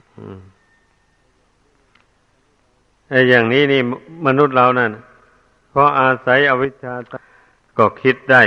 ไอ้อย่างนี้นี่มนุษย์เรานั่นเพราะอาศัยอวิชชาก็คิดได้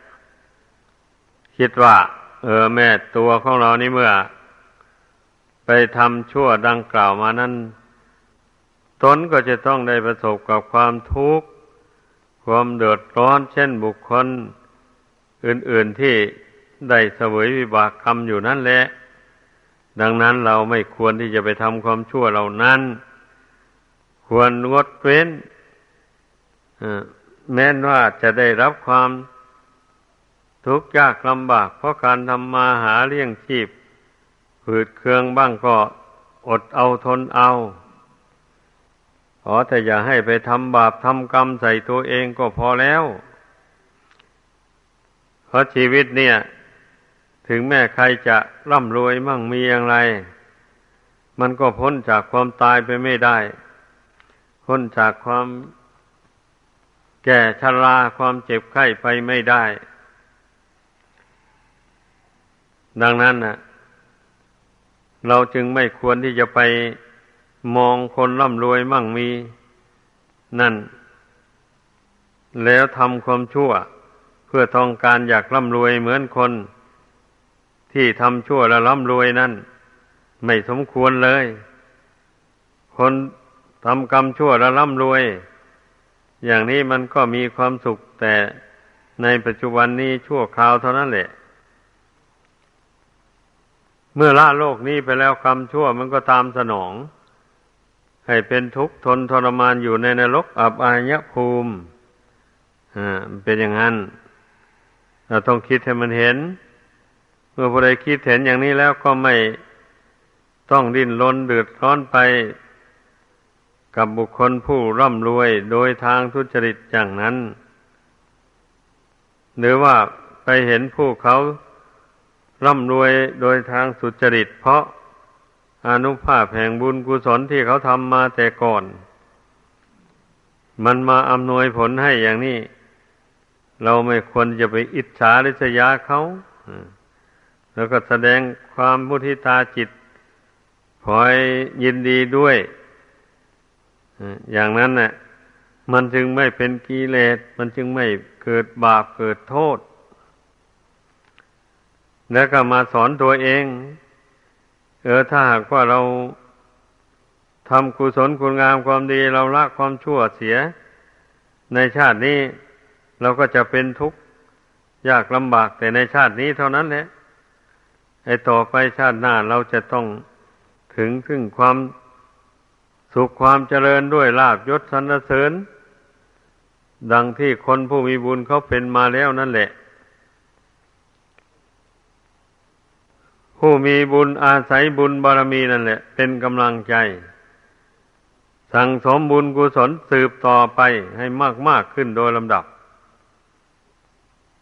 คิดว่าแม่ตัวของเรานี่เมื่อไปทำชั่วดังกล่าวมานั้นตนก็จะต้องได้ประสบกับความทุกข์ความเดือดร้อนเช่นบุคคลอื่นๆที่ได้เสวยวิบากกรรมอยู่นั่นแหละดังนั้นเราไม่ควรที่จะไปทำความชั่วเหล่านั้นควรงดเว้นแม้นว่าจะได้รับความทุกข์ยากลำบากเพราะการทำมาหาเลี้ยงชีพฝืดเคืองบ้างก็อดเอาทนเอาแต่อย่าให้ไปทำบาปทำกรรมใส่ตัวเองก็พอแล้วเพราะชีวิตเนี่ยถึงแม้ใครจะร่ำรวยมั่งมีอย่างไรมันก็พ้นจากความตายไปไม่ได้พ้นจากความแก่ชราความเจ็บไข้ไปไม่ได้ดังนั้นเราจึงไม่ควรที่จะไปมองคนร่ำรวยมั่งมีนั่นแล้วทำความชั่วเพื่อต้องการอยากร่ำรวยเหมือนคนที่ทำชั่วแล้วร่ำรวยนั่นไม่สมควรเลยคนทำกรรมชั่วแล้วร่ำรวยอย่างนี้มันก็มีความสุขแต่ในปัจจุบันนี้ชั่วคราวเท่านั้นแหละเมื่อละโลกนี้ไปแล้วกรรมชั่วมันก็ตามสนองให้เป็นทุกข์ทนทรมานอยู่ในนรกอับอายภูมิเป็นอย่างนั้นเราต้องคิดให้มันเห็นเมื่อผู้ใดคิดเห็นอย่างนี้แล้วก็ไม่ต้องดิ้นรนเดือดร้อนไปกับบุคคลผู้ร่ำรวยโดยทางทุจริตอย่างนั้นหรือว่าไปเห็นผู้เขาร่ำรวยโดยทางสุจริตเพราะอานุภาพแห่งบุญกุศลที่เขาทำมาแต่ก่อนมันมาอำนวยผลให้อย่างนี้เราไม่ควรจะไปอิจฉาริษยาเขาแล้วก็แสดงความมุทิตาจิตพลอยยินดีด้วยอย่างนั้นน่ะมันจึงไม่เป็นกิเลสมันจึงไม่เกิดบาปเกิดโทษแล้วก็มาสอนตัวเองถ้าหากว่าเราทำกุศลคุณงามความดีเราละความชั่วเสียในชาตินี้เราก็จะเป็นทุกข์ยากลำบากแต่ในชาตินี้เท่านั้นแหละต่อไปชาติหน้าเราจะต้องถึงซึ่งความสุขความเจริญด้วยลาภยศสรรเสริญดังที่คนผู้มีบุญเขาเป็นมาแล้วนั่นแหละผู้มีบุญอาศัยบุญบารมีนั่นแหละเป็นกำลังใจสั่งสมบุญกุศลสืบต่อไปให้มากๆขึ้นโดยลำดับ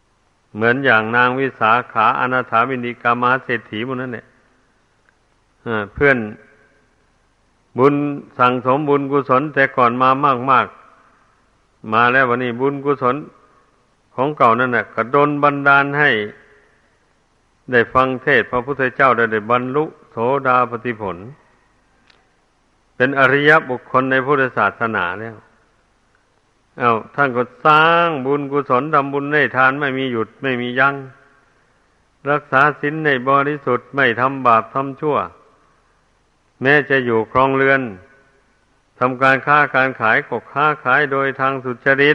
เหมือนอย่างนางวิสาขาอนาถาบิณฑิกามหาเศรษฐีพวกนั้นเนี่ยเพื่อนบุญสั่งสมบุญกุศลแต่ก่อนมามากๆมาแล้ววันนี้บุญกุศลของเก่านั่นน่ะก็ดลบันดาลให้ได้ฟังเทศน์พระพุทธเจ้าได้บรรลุโสดาปัตติผลเป็นอริยบุคคลในพุทธศาสนาแล้วท่านก็สร้างบุญกุศลทำบุญให้ทานไม่มีหยุดไม่มียัง้งรักษาศีลในบริสุทธิ์ไม่ทำบาปทำชั่วแม้จะอยู่ครองเรือนทำการค้าการขายก็ค้าขายโดยทางสุจริต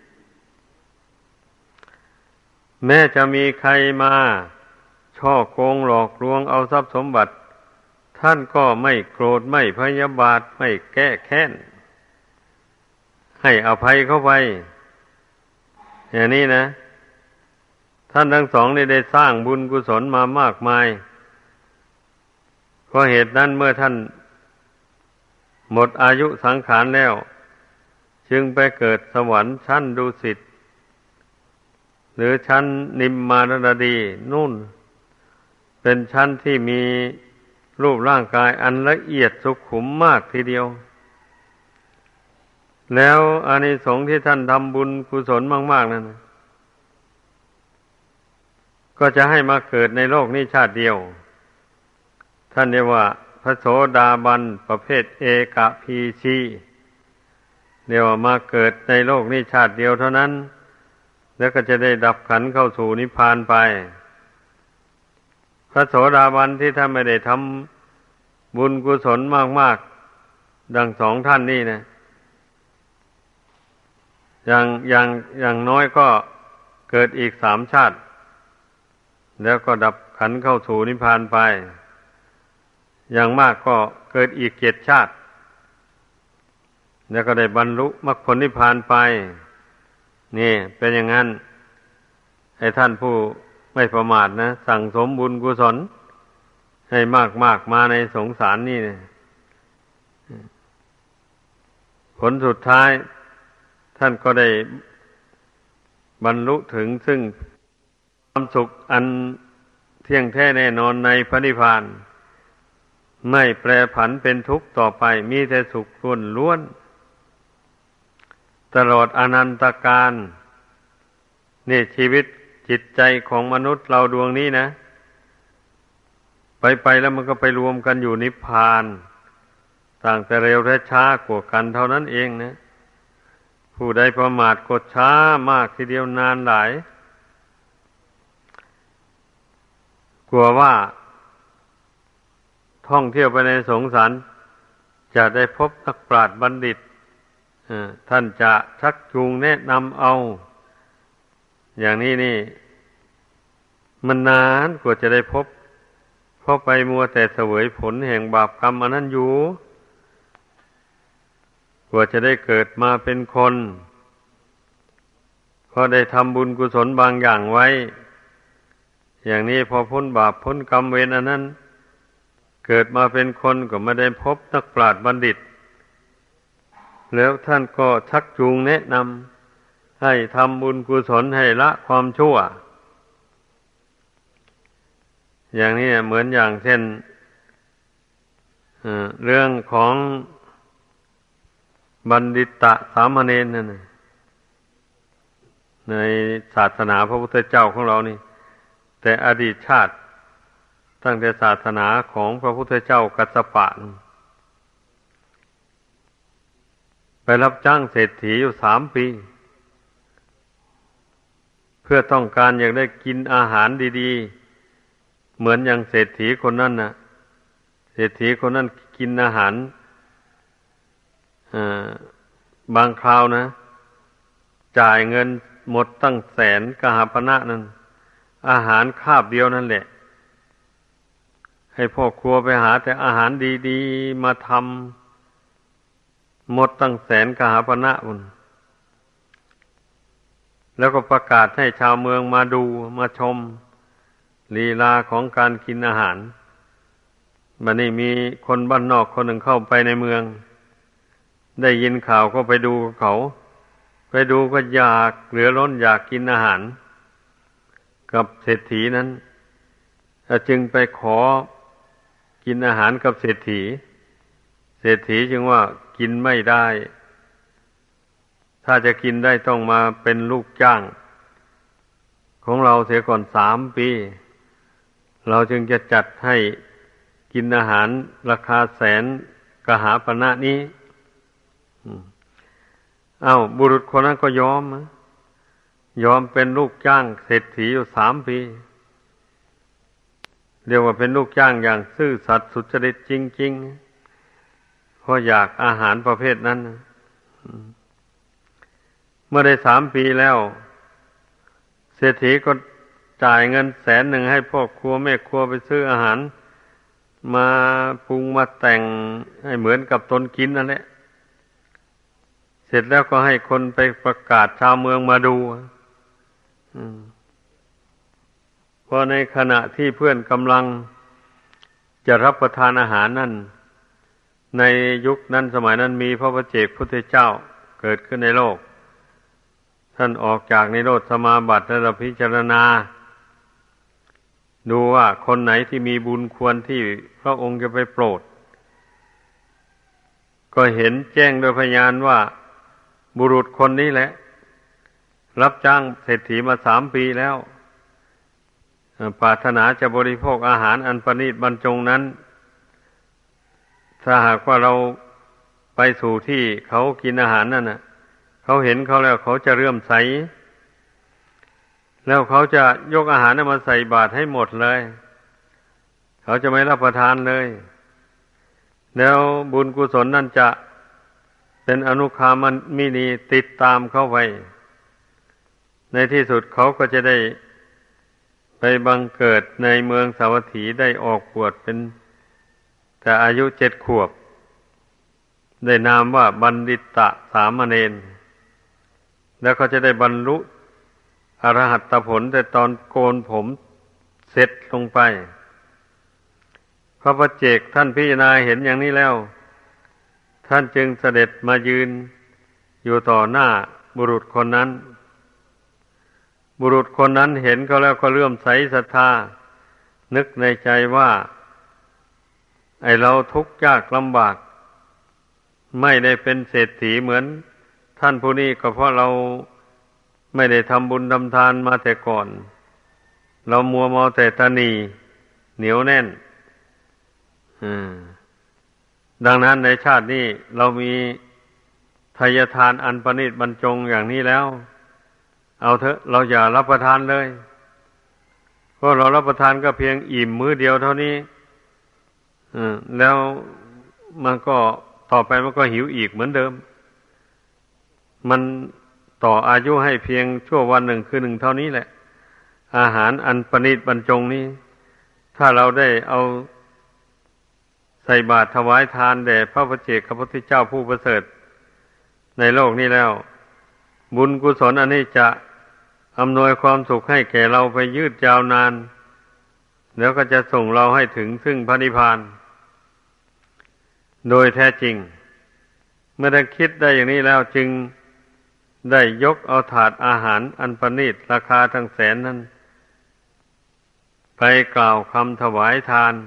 แม้จะมีใครมาช่อโกงหลอกลวงเอาทรัพย์สมบัติท่านก็ไม่โกรธไม่พยาบาทไม่แก้แค้นให้อภัยเข้าไปอย่างนี้นะท่านทั้งสองได้สร้างบุญกุศลมามากมายเพราะเหตุนั้นเมื่อท่านหมดอายุสังขารแล้วจึงไปเกิดสวรรค์ชั้นดุสิตหรือชั้นนิมมานรดีนู่นเป็นชั้นที่มีรูปร่างกายอันละเอียดสุขุมมากทีเดียวแล้วอานิสงส์ที่ท่านทำบุญกุศลมากๆนั้นก็จะให้มาเกิดในโลกนี้ชาติเดียวท่านเรียกว่าพระโสดาบันประเภทเอกพีชีเรียกว่ามาเกิดในโลกนี้ชาติเดียวเท่านั้นแล้วก็จะได้ดับขันธ์เข้าสู่นิพพานไปพระโสดาบันที่ท่านไม่ได้ทำบุญกุศลมากๆดังสองท่านนี่นะอย่างน้อยก็เกิดอีก3 ชาติแล้วก็ดับขันธ์เข้าสู่นิพพานไปอย่างมากก็เกิดอีก7 ชาติแล้วก็ได้บรรลุมรรคผลนิพพานไปนี่เป็นอย่างนั้นให้ท่านผู้ไม่ประมาทนะสั่งสมบุญกุศลให้มากมาในสงสารนี่นะผลสุดท้ายท่านก็ได้บรรลุถึงซึ่งความสุขอันเที่ยงแท้แน่นอนในพระนิพพานไม่แปรผันเป็นทุกข์ต่อไปมีแต่สุขล้วนตลอดอนันตกาลนี่ชีวิตจิตใจของมนุษย์เราดวงนี้นะไปแล้วมันก็ไปรวมกันอยู่นิพพานต่างแต่เร็วและช้ากว่ากันเท่านั้นเองนะผู้ใดประมาทก็ช้ามากทีเดียวนานหลายกลัวว่าท่องเที่ยวไปในสงสารจะได้พบนักปราชญ์บัณฑิตท่านจะชักจูงแนะนำเอาอย่างนี้นี่มันนานกว่าจะได้พบเพราะไปมัวแต่เสวยผลแห่งบาปกรรมอันนั้นอยู่กว่าจะได้เกิดมาเป็นคนเพราะได้ทำบุญกุศลบางอย่างไว้อย่างนี้พอพ้นบาปพ้นกรรมเวรอันนั้นเกิดมาเป็นคนก็ไม่ได้พบนักปราชญ์บัณฑิตแล้วท่านก็ชักจูงแนะนำให้ทำบุญกุศลให้ละความชั่วอย่างนี้เหมือนอย่างเช่นเรื่องของบัณฑิตสามเณรนั่นในศาสนาพระพุทธเจ้าของเรานี่แต่อดีตชาติตั้งแต่ศาสนาของพระพุทธเจ้ากัสสปะไปรับจ้างเศรษฐีอยู่3 ปีเพื่อต้องการอยากได้กินอาหารดีๆเหมือนอย่างเศรษฐีคนนั้นน่ะเศรษฐีคนนั้นกินอาหารบางคราวนะจ่ายเงินหมดตั้ง100,000 กหปณะนั้นอาหารคาบเดียวนั่นแหละให้พ่อครัวไปหาแต่อาหารดีๆมาทำหมดตั้ง100,000 กหปณะพุ่นแล้วก็ประกาศให้ชาวเมืองมาดูมาชมลีลาของการกินอาหารบัดนี้มีคนบ้านนอกคนหนึ่งเข้าไปในเมืองได้ยินข่าวก็ไปดูเขาไปดูก็อยากเหลือล้นอยากกินอาหารกับเศรษฐีนั้นจึงไปขอกินอาหารกับเศรษฐีจึงว่ากินไม่ได้ถ้าจะกินได้ต้องมาเป็นลูกจ้างของเราเสียก่อน3 ปีเราจึงจะจัดให้กินอาหารราคาแสนกหาปณะนี้บุรุษคนนั้นก็ยอมเป็นลูกจ้างเศรษฐีอยู่3 ปีเรียกว่าเป็นลูกจ้างอย่างซื่อสัตย์สุจริตจริงๆเพราะอยากอาหารประเภทนั้นเมื่อได้3 ปีแล้วเศรษฐีก็จ่ายเงิน100,000ให้พ่อครัวแม่ครัวไปซื้ออาหารมาปรุงมาแต่งให้เหมือนกับตนกินนั่นแหละเสร็จแล้วก็ให้คนไปประกาศชาวเมืองมาดูพอในขณะที่เพื่อนกำลังจะรับประทานอาหารนั่นในยุคนั้นสมัยนั้นมีพระปัจเจกพุทธเจ้าเกิดขึ้นในโลกท่านออกจากนิโรธสมาบัติและพิจารณาดูว่าคนไหนที่มีบุญควรที่พระองค์จะไปโปรดก็เห็นแจ้งโดยพยานว่าบุรุษคนนี้แหละรับจ้างเศรษฐีมา3 ปีแล้วปรารถนาจะบริโภคอาหารอันประณีตบรรจงนั้นถ้าหากว่าเราไปสู่ที่เขากินอาหารนั่นน่ะเขาเห็นเขาแล้วเขาจะเลื่อมใสแล้วเขาจะยกอาหารนั้นมาใส่บาตรให้หมดเลยเขาจะไม่รับประทานเลยแล้วบุญกุศลนั่นจะเป็นอนุคามินีติดตามเข้าไปในที่สุดเขาก็จะได้ไปบังเกิดในเมืองสาวัตถีได้ออกบวชเป็นแต่อายุ7 ขวบได้นามว่าบัณฑิตสามเณรแล้วเขาจะได้บรรลุอรหัตผลแต่ตอนโกนผมเสร็จลงไปพระปัจเจกท่านพิจารณาเห็นอย่างนี้แล้วท่านจึงเสด็จมายืนอยู่ต่อหน้าบุรุษคนนั้นบุรุษคนนั้นเห็นเขาแล้วก็เลื่อมใสศรัทธานึกในใจว่าไอ้เราทุกข์ยากลำบากไม่ได้เป็นเศรษฐีเหมือนท่านผู้นี้ก็เพราะเราไม่ได้ทำบุญทำทานมาแต่ก่อนเรามัวเมาแต่ตนีเหนียวแน่นดังนั้นในชาตินี้เรามีทายทานอันประณีตบรรจงอย่างนี้แล้วเอาเถอะเราอย่ารับประทานเลยเพราะเรารับประทานก็เพียงอิ่มมื้อเดียวเท่านี้แล้วมันก็ต่อไปมันก็หิวอีกเหมือนเดิมมันต่ออายุให้เพียงชั่ววัน1 คืน 1เท่านี้แหละอาหารอันประณีตบรรจงนี้ถ้าเราได้เอาใส่บาตรถวายทานแด่พระปัจเจกพระพุทธเจ้าผู้ประเสริฐในโลกนี้แล้วบุญกุศลอันนี้จะอำนวยความสุขให้แก่เราไปยืดยาวนานแล้วก็จะส่งเราให้ถึงซึ่งพระนิพพานโดยแท้จริงเมื่อได้คิดได้อย่างนี้แล้วจึงได้ยกเอาถาดอาหารอันประณีตราคาทั้งแสนนั้นไปกล่าวคำถวายทาน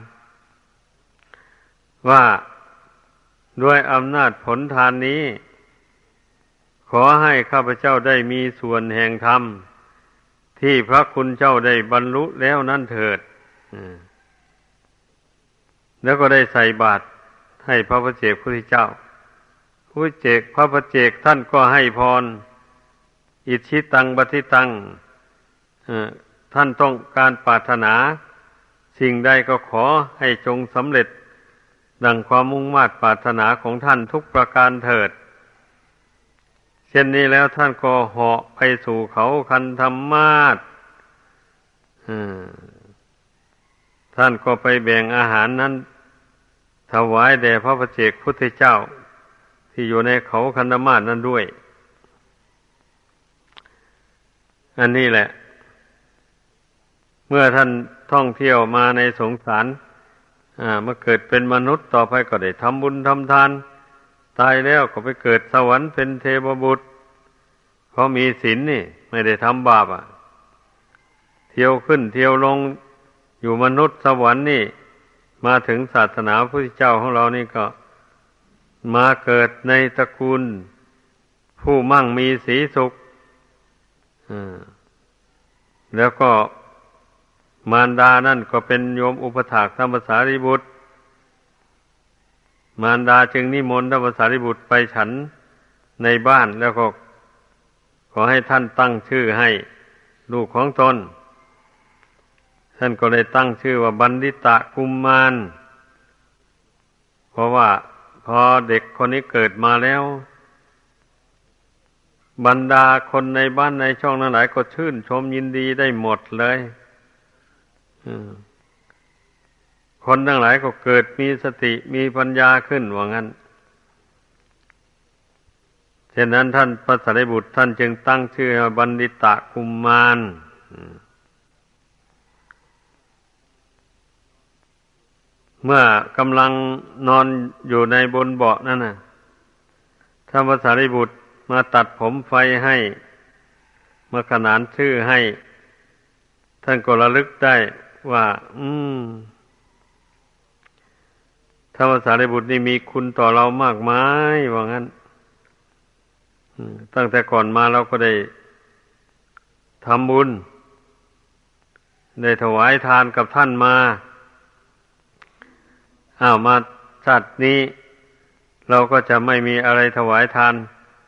ว่าด้วยอำนาจผลทานนี้ขอให้ข้าพเจ้าได้มีส่วนแห่งธรรมที่พระคุณเจ้าได้บรรลุแล้วนั่นเถิดแล้วก็ได้ใส่บาตรให้พระปัจเจกพุทธเจ้าพระปัจเจกท่านก็ให้พรอิทธิตังปฏิตังท่านต้องการปรารถนาสิ่งใดก็ขอให้จงสำเร็จดังความมุ่งมา่ปรารถนาของท่านทุกประการเถิดเช่นนี้แล้วท่านก็เหาะไปสู่เขาคันธมาศท่านก็ไปแบ่งอาหารนั้นถวายแด่พระปัจเจกพุทธเจ้าที่อยู่ในเขาคันธมาศนั้นด้วยอันนี้แหละเมื่อท่านท่องเที่ยวมาในสงสารมาเกิดเป็นมนุษย์ต่อไปก็ได้ทำบุญทำทานตายแล้วก็ไปเกิดสวรรค์เป็นเทพบุตรเพราะมีศีลนี่ไม่ได้ทำบาปเที่ยวขึ้นเที่ยวลงอยู่มนุษย์สวรรค์นี่มาถึงศาสนาพระพุทธเจ้าของเรานี่ก็มาเกิดในตระกูลผู้มั่งมีสีสุขแล้วก็มารดานั่นก็เป็นโยมอุปถากธรรมสารีบุตรมารดาจึงนิมนต์ธรรมสารีบุตรไปฉันในบ้านแล้วก็ขอให้ท่านตั้งชื่อให้ลูกของตนท่านก็เลยตั้งชื่อว่าบัณฑิตกุมมารเพราะว่าพอเด็กคนนี้เกิดมาแล้วบรรดาคนในบ้านในช่องนั้นหลายก็ชื่นชมยินดีได้หมดเลยคนทั้งหลายก็เกิดมีสติมีปัญญาขึ้นว่างั้นฉะนั้นท่านพระสารีบุตรท่านจึงตั้งชื่อว่าบัณฑิตกุมมารเมื่อกำลังนอนอยู่ในบนเบาะนั่นน่ะท่านพระสารีบุตรมาตัดผมไฟให้มาขนานชื่อให้ท่านก็ระลึกได้ว่าท่านพระสารีบุตรนี่มีคุณต่อเรามากมายว่างั้นตั้งแต่ก่อนมาเราก็ได้ทำบุญได้ถวายทานกับท่านมามาชาตินี้เราก็จะไม่มีอะไรถวายทาน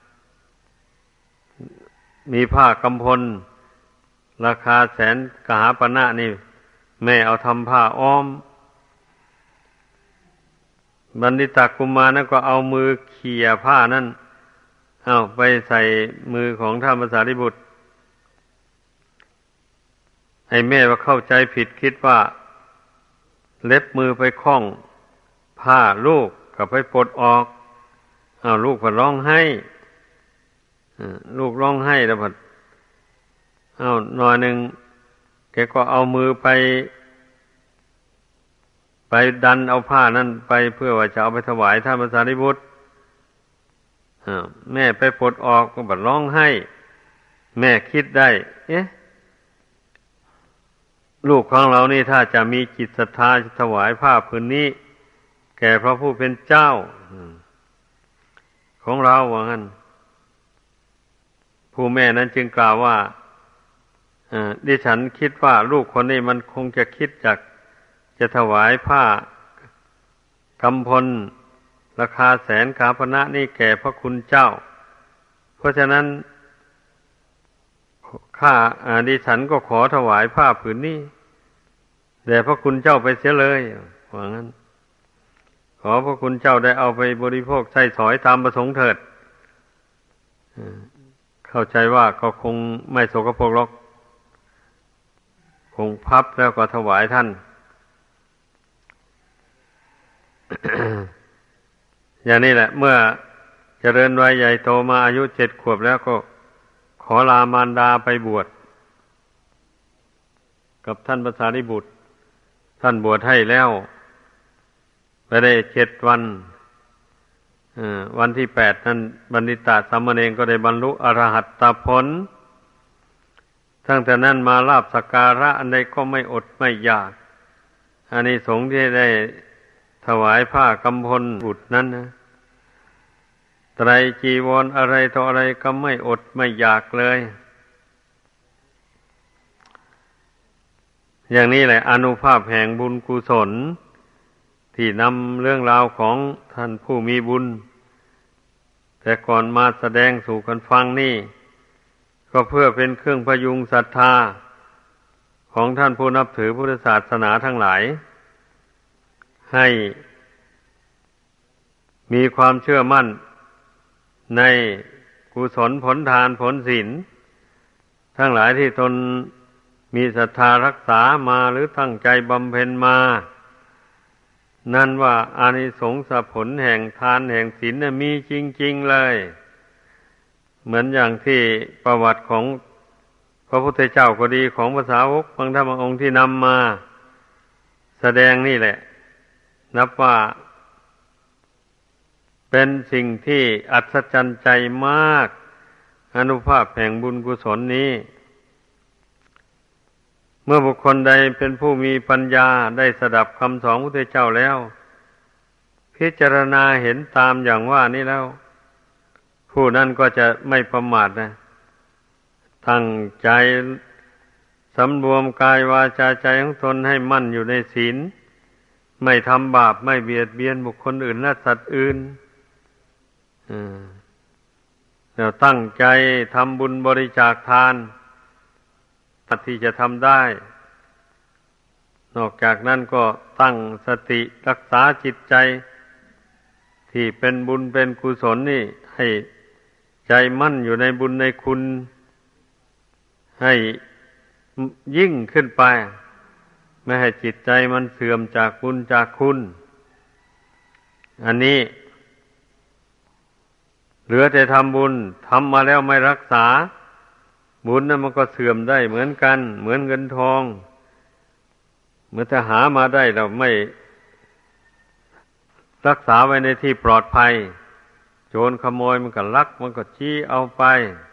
มีผ้ากำพลราคาแสนกหาปณะนี่แม่เอาทำผ้าอ้อมบัณฑิตกุมมารนั่นก็เอามือเขี่ยผ้านั่นเอาไปใส่มือของท่านพระสารีบุตรให้แม่ว่าเข้าใจผิดคิดว่าเล็บมือไปคล้องผ้าลูกก็ไปปลดออกลูกก็ร้องไห้ลูกร้องไห้แล้วพอหน่อยหนึ่งแกก็เอามือไปดันเอาผ้านั่นไปเพื่อว่าจะเอาไปถวายท่านพระสารีบุตรแม่ไปปลดออกก็บัดร้องไห้แม่คิดได้ลูกของเรานี่ถ้าจะมีจิตศรัทธาจะถวายผ้าผืนนี้แก่พระผู้เป็นเจ้าของเราว่างั้นผู้แม่นั้นจึงกล่าวว่าดิฉันคิดว่าลูกคนนี้มันคงจะคิดจะถวายผ้ากำพลราคาแสนกหาปณะนี่แก่พระคุณเจ้าเพราะฉะนั้นดิฉันก็ขอถวายผ้าผืนนี้แด่พระคุณเจ้าไปเสียเลยว่างั้นขอพระคุณเจ้าได้เอาไปบริโภคใช้สอยตามประสงค์เถิดเข้าใจว่าก็คงไม่โสกโปรกหรอกคงพับแล้วก็ถวายท่าน อย่างนี้แหละเมื่อเจริญวัยใหญ่โตมาอายุ7 ขวบแล้วก็ขอลามารดาไปบวชกับท่านพระสารีบุตรท่านบวชให้แล้วไปได้7 วันวันที่8นั้นบัณฑิตสามเณรก็ได้บรรลุอรหัตตผลตั้งแต่นั้นมาลาภสักการะอันใดก็ไม่อดไม่อยากอานิสงส์ที่ได้ถวายผ้ากำพลบุตรนั้นนะไตรจีวรอะไรต่ออะไรก็ไม่อดไม่อยากเลยอย่างนี้แหละอานุภาพแห่งบุญกุศลที่นำเรื่องราวของท่านผู้มีบุญแต่ก่อนมาแสดงสู่กันฟังนี่ก็เพื่อเป็นเครื่องพยุงศรัทธาของท่านผู้นับถือพุทธศาสนาทั้งหลายให้มีความเชื่อมั่นในกุศลผลทานผลศีลทั้งหลายที่ตนมีศรัทธารักษามาหรือตั้งใจบำเพ็ญมานั่นว่าอานิสงส์ผลแห่งทานแห่งศีลมีจริงๆเลยเหมือนอย่างที่ประวัติของพระพุทธเจ้าก็ดีของพระสาวกบางท่านบางองค์ที่นำมาแสดงนี่แหละนับว่าเป็นสิ่งที่อัศจรรย์ใจมากอานุภาพแห่งบุญกุศลนี้เมื่อบุคคลใดเป็นผู้มีปัญญาได้สดับคำสอนพระพุทธเจ้าแล้วพิจารณาเห็นตามอย่างว่านี้แล้วผู้นั้นก็จะไม่ประมาทนะตั้งใจสำรวมกายวาจาใจของตนให้มั่นอยู่ในศีลไม่ทำบาปไม่เบียดเบียนบุคคลอื่นและสัตว์อื่นแล้วตั้งใจทำบุญบริจาคทานที่จะทำได้ นอกจากนั้นก็ตั้งสติรักษาจิตใจที่เป็นบุญเป็นกุศลนี่ให้ใจมั่นอยู่ในบุญในคุณให้ยิ่งขึ้นไปไม่ให้จิตใจมันเสื่อมจากบุญจากคุณอันนี้เหลือแต่ทำบุญทำมาแล้วไม่รักษาบุญนั้นมันก็เสื่อมได้เหมือนกันเหมือนเงินทองเมื่อถ้าหามาได้เราไม่รักษาไว้ในที่ปลอดภัยโจรขโมยมันก็ลักมันก็จี้เอาไป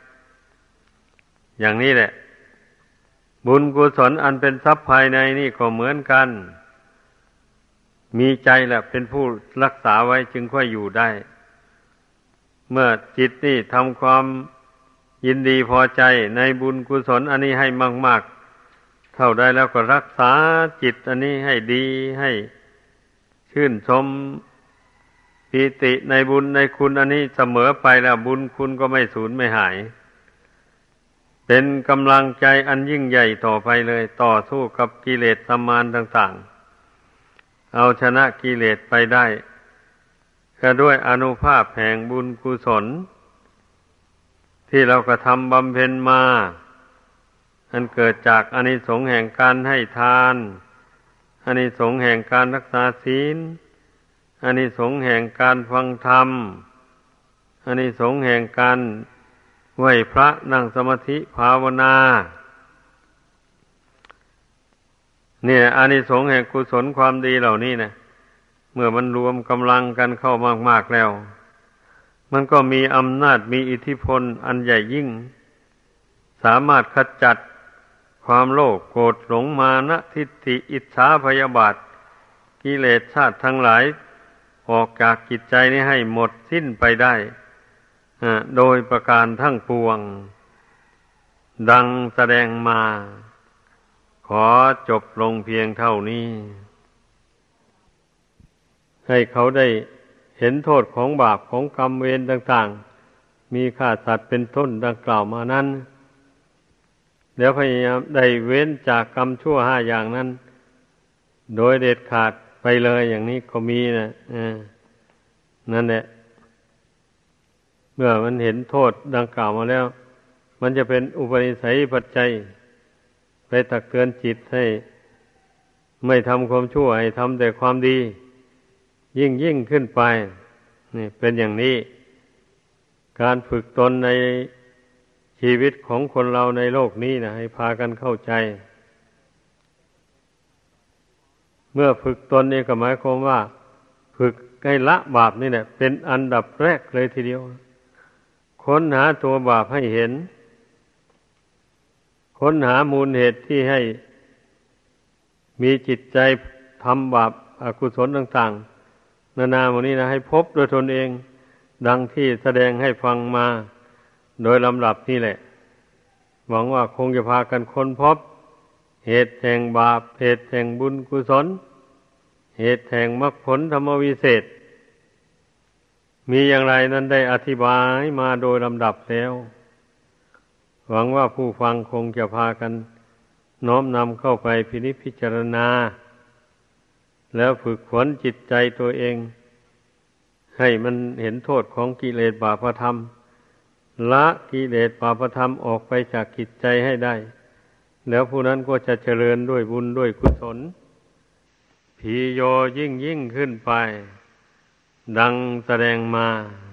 อย่างนี้แหละบุญกุศลอันเป็นทรัพย์ภายในนี่ก็เหมือนกันมีใจแหละเป็นผู้รักษาไว้จึงค่อยอยู่ได้เมื่อจิตนี่ทำความยินดีพอใจในบุญกุศลอันนี้ให้มากๆเท่าใดแล้วก็รักษาจิตอันนี้ให้ดีให้ชื่นชมปีติในบุญในคุณอันนี้เสมอไปแล้วบุญคุณก็ไม่สูญไม่หายเป็นกำลังใจอันยิ่งใหญ่ต่อไปเลยต่อสู้กับกิเลสสัมมารต่างๆเอาชนะกิเลสไปได้ก็ด้วยอานุภาพแห่งบุญกุศลที่เรากระทำบำเพ็ญมาอันเกิดจากอานิสงส์แห่งการให้ทานอานิสงส์แห่งการรักษาศีลอานิสงส์แห่งการฟังธรรมอานิสงส์แห่งการไหว้พระนั่งสมาธิภาวนาเนี่ยอานิสงส์แห่งกุศลความดีเหล่านี้นะเมื่อมันรวมกำลังกันเข้ามากๆแล้วมันก็มีอำนาจมีอิทธิพลอันใหญ่ยิ่งสามารถขจัดความโลภโกรธหลงมานะทิฏฐิอิจฉาพยาบาทกิเลสชาติทั้งหลายออกจากจิตใจนี้ให้หมดสิ้นไปได้โดยประการทั้งปวงดังแสดงมาขอจบลงเพียงเท่านี้ให้เขาได้เห็นโทษของบาปของกรรมเวรต่างๆมีฆ่าสัตว์เป็นต้นดังกล่าวมานั้นแล้วพยายามได้เว้นจากกรรมชั่ว5อย่างนั้นโดยเด็ดขาดไปเลยอย่างนี้ก็มีนะนั่นแหละเมื่อมันเห็นโทษดังกล่าวมาแล้วมันจะเป็นอุปนิสัยปัจจัยไปตักเตือนจิตให้ไม่ทำความชั่วให้ทำแต่ความดียิ่งขึ้นไปนี่เป็นอย่างนี้การฝึกตนในชีวิตของคนเราในโลกนี้นะให้พากันเข้าใจเมื่อฝึกตนนี่ก็หมายความว่าฝึกให้ละบาปนี่แหละเป็นอันดับแรกเลยทีเดียวค้นหาตัวบาปให้เห็นค้นหามูลเหตุที่ให้มีจิตใจทำบาปอกุศลต่างๆนานาหมดนี้นะให้พบโดยตนเองดังที่แสดงให้ฟังมาโดยลำดับนี่แหละหวังว่าคงจะพากันค้นพบเหตุแห่งบาปเหตุแห่งบุญกุศลเหตุแห่งมรรคผลธรรมวิเศษมีอย่างไรนั้นได้อธิบายมาโดยลำดับแล้วหวังว่าผู้ฟังคงจะพากันน้อมนำเข้าไปพินิจพิจารณาแล้วฝึกฝนจิตใจตัวเองให้มันเห็นโทษของกิเลสบาปธรรมละกิเลสบาปธรรมออกไปจากจิตใจให้ได้แล้วผู้นั้นก็จะเจริญด้วยบุญด้วยกุศลพีโยยิ่งขึ้นไปดังแสดงมา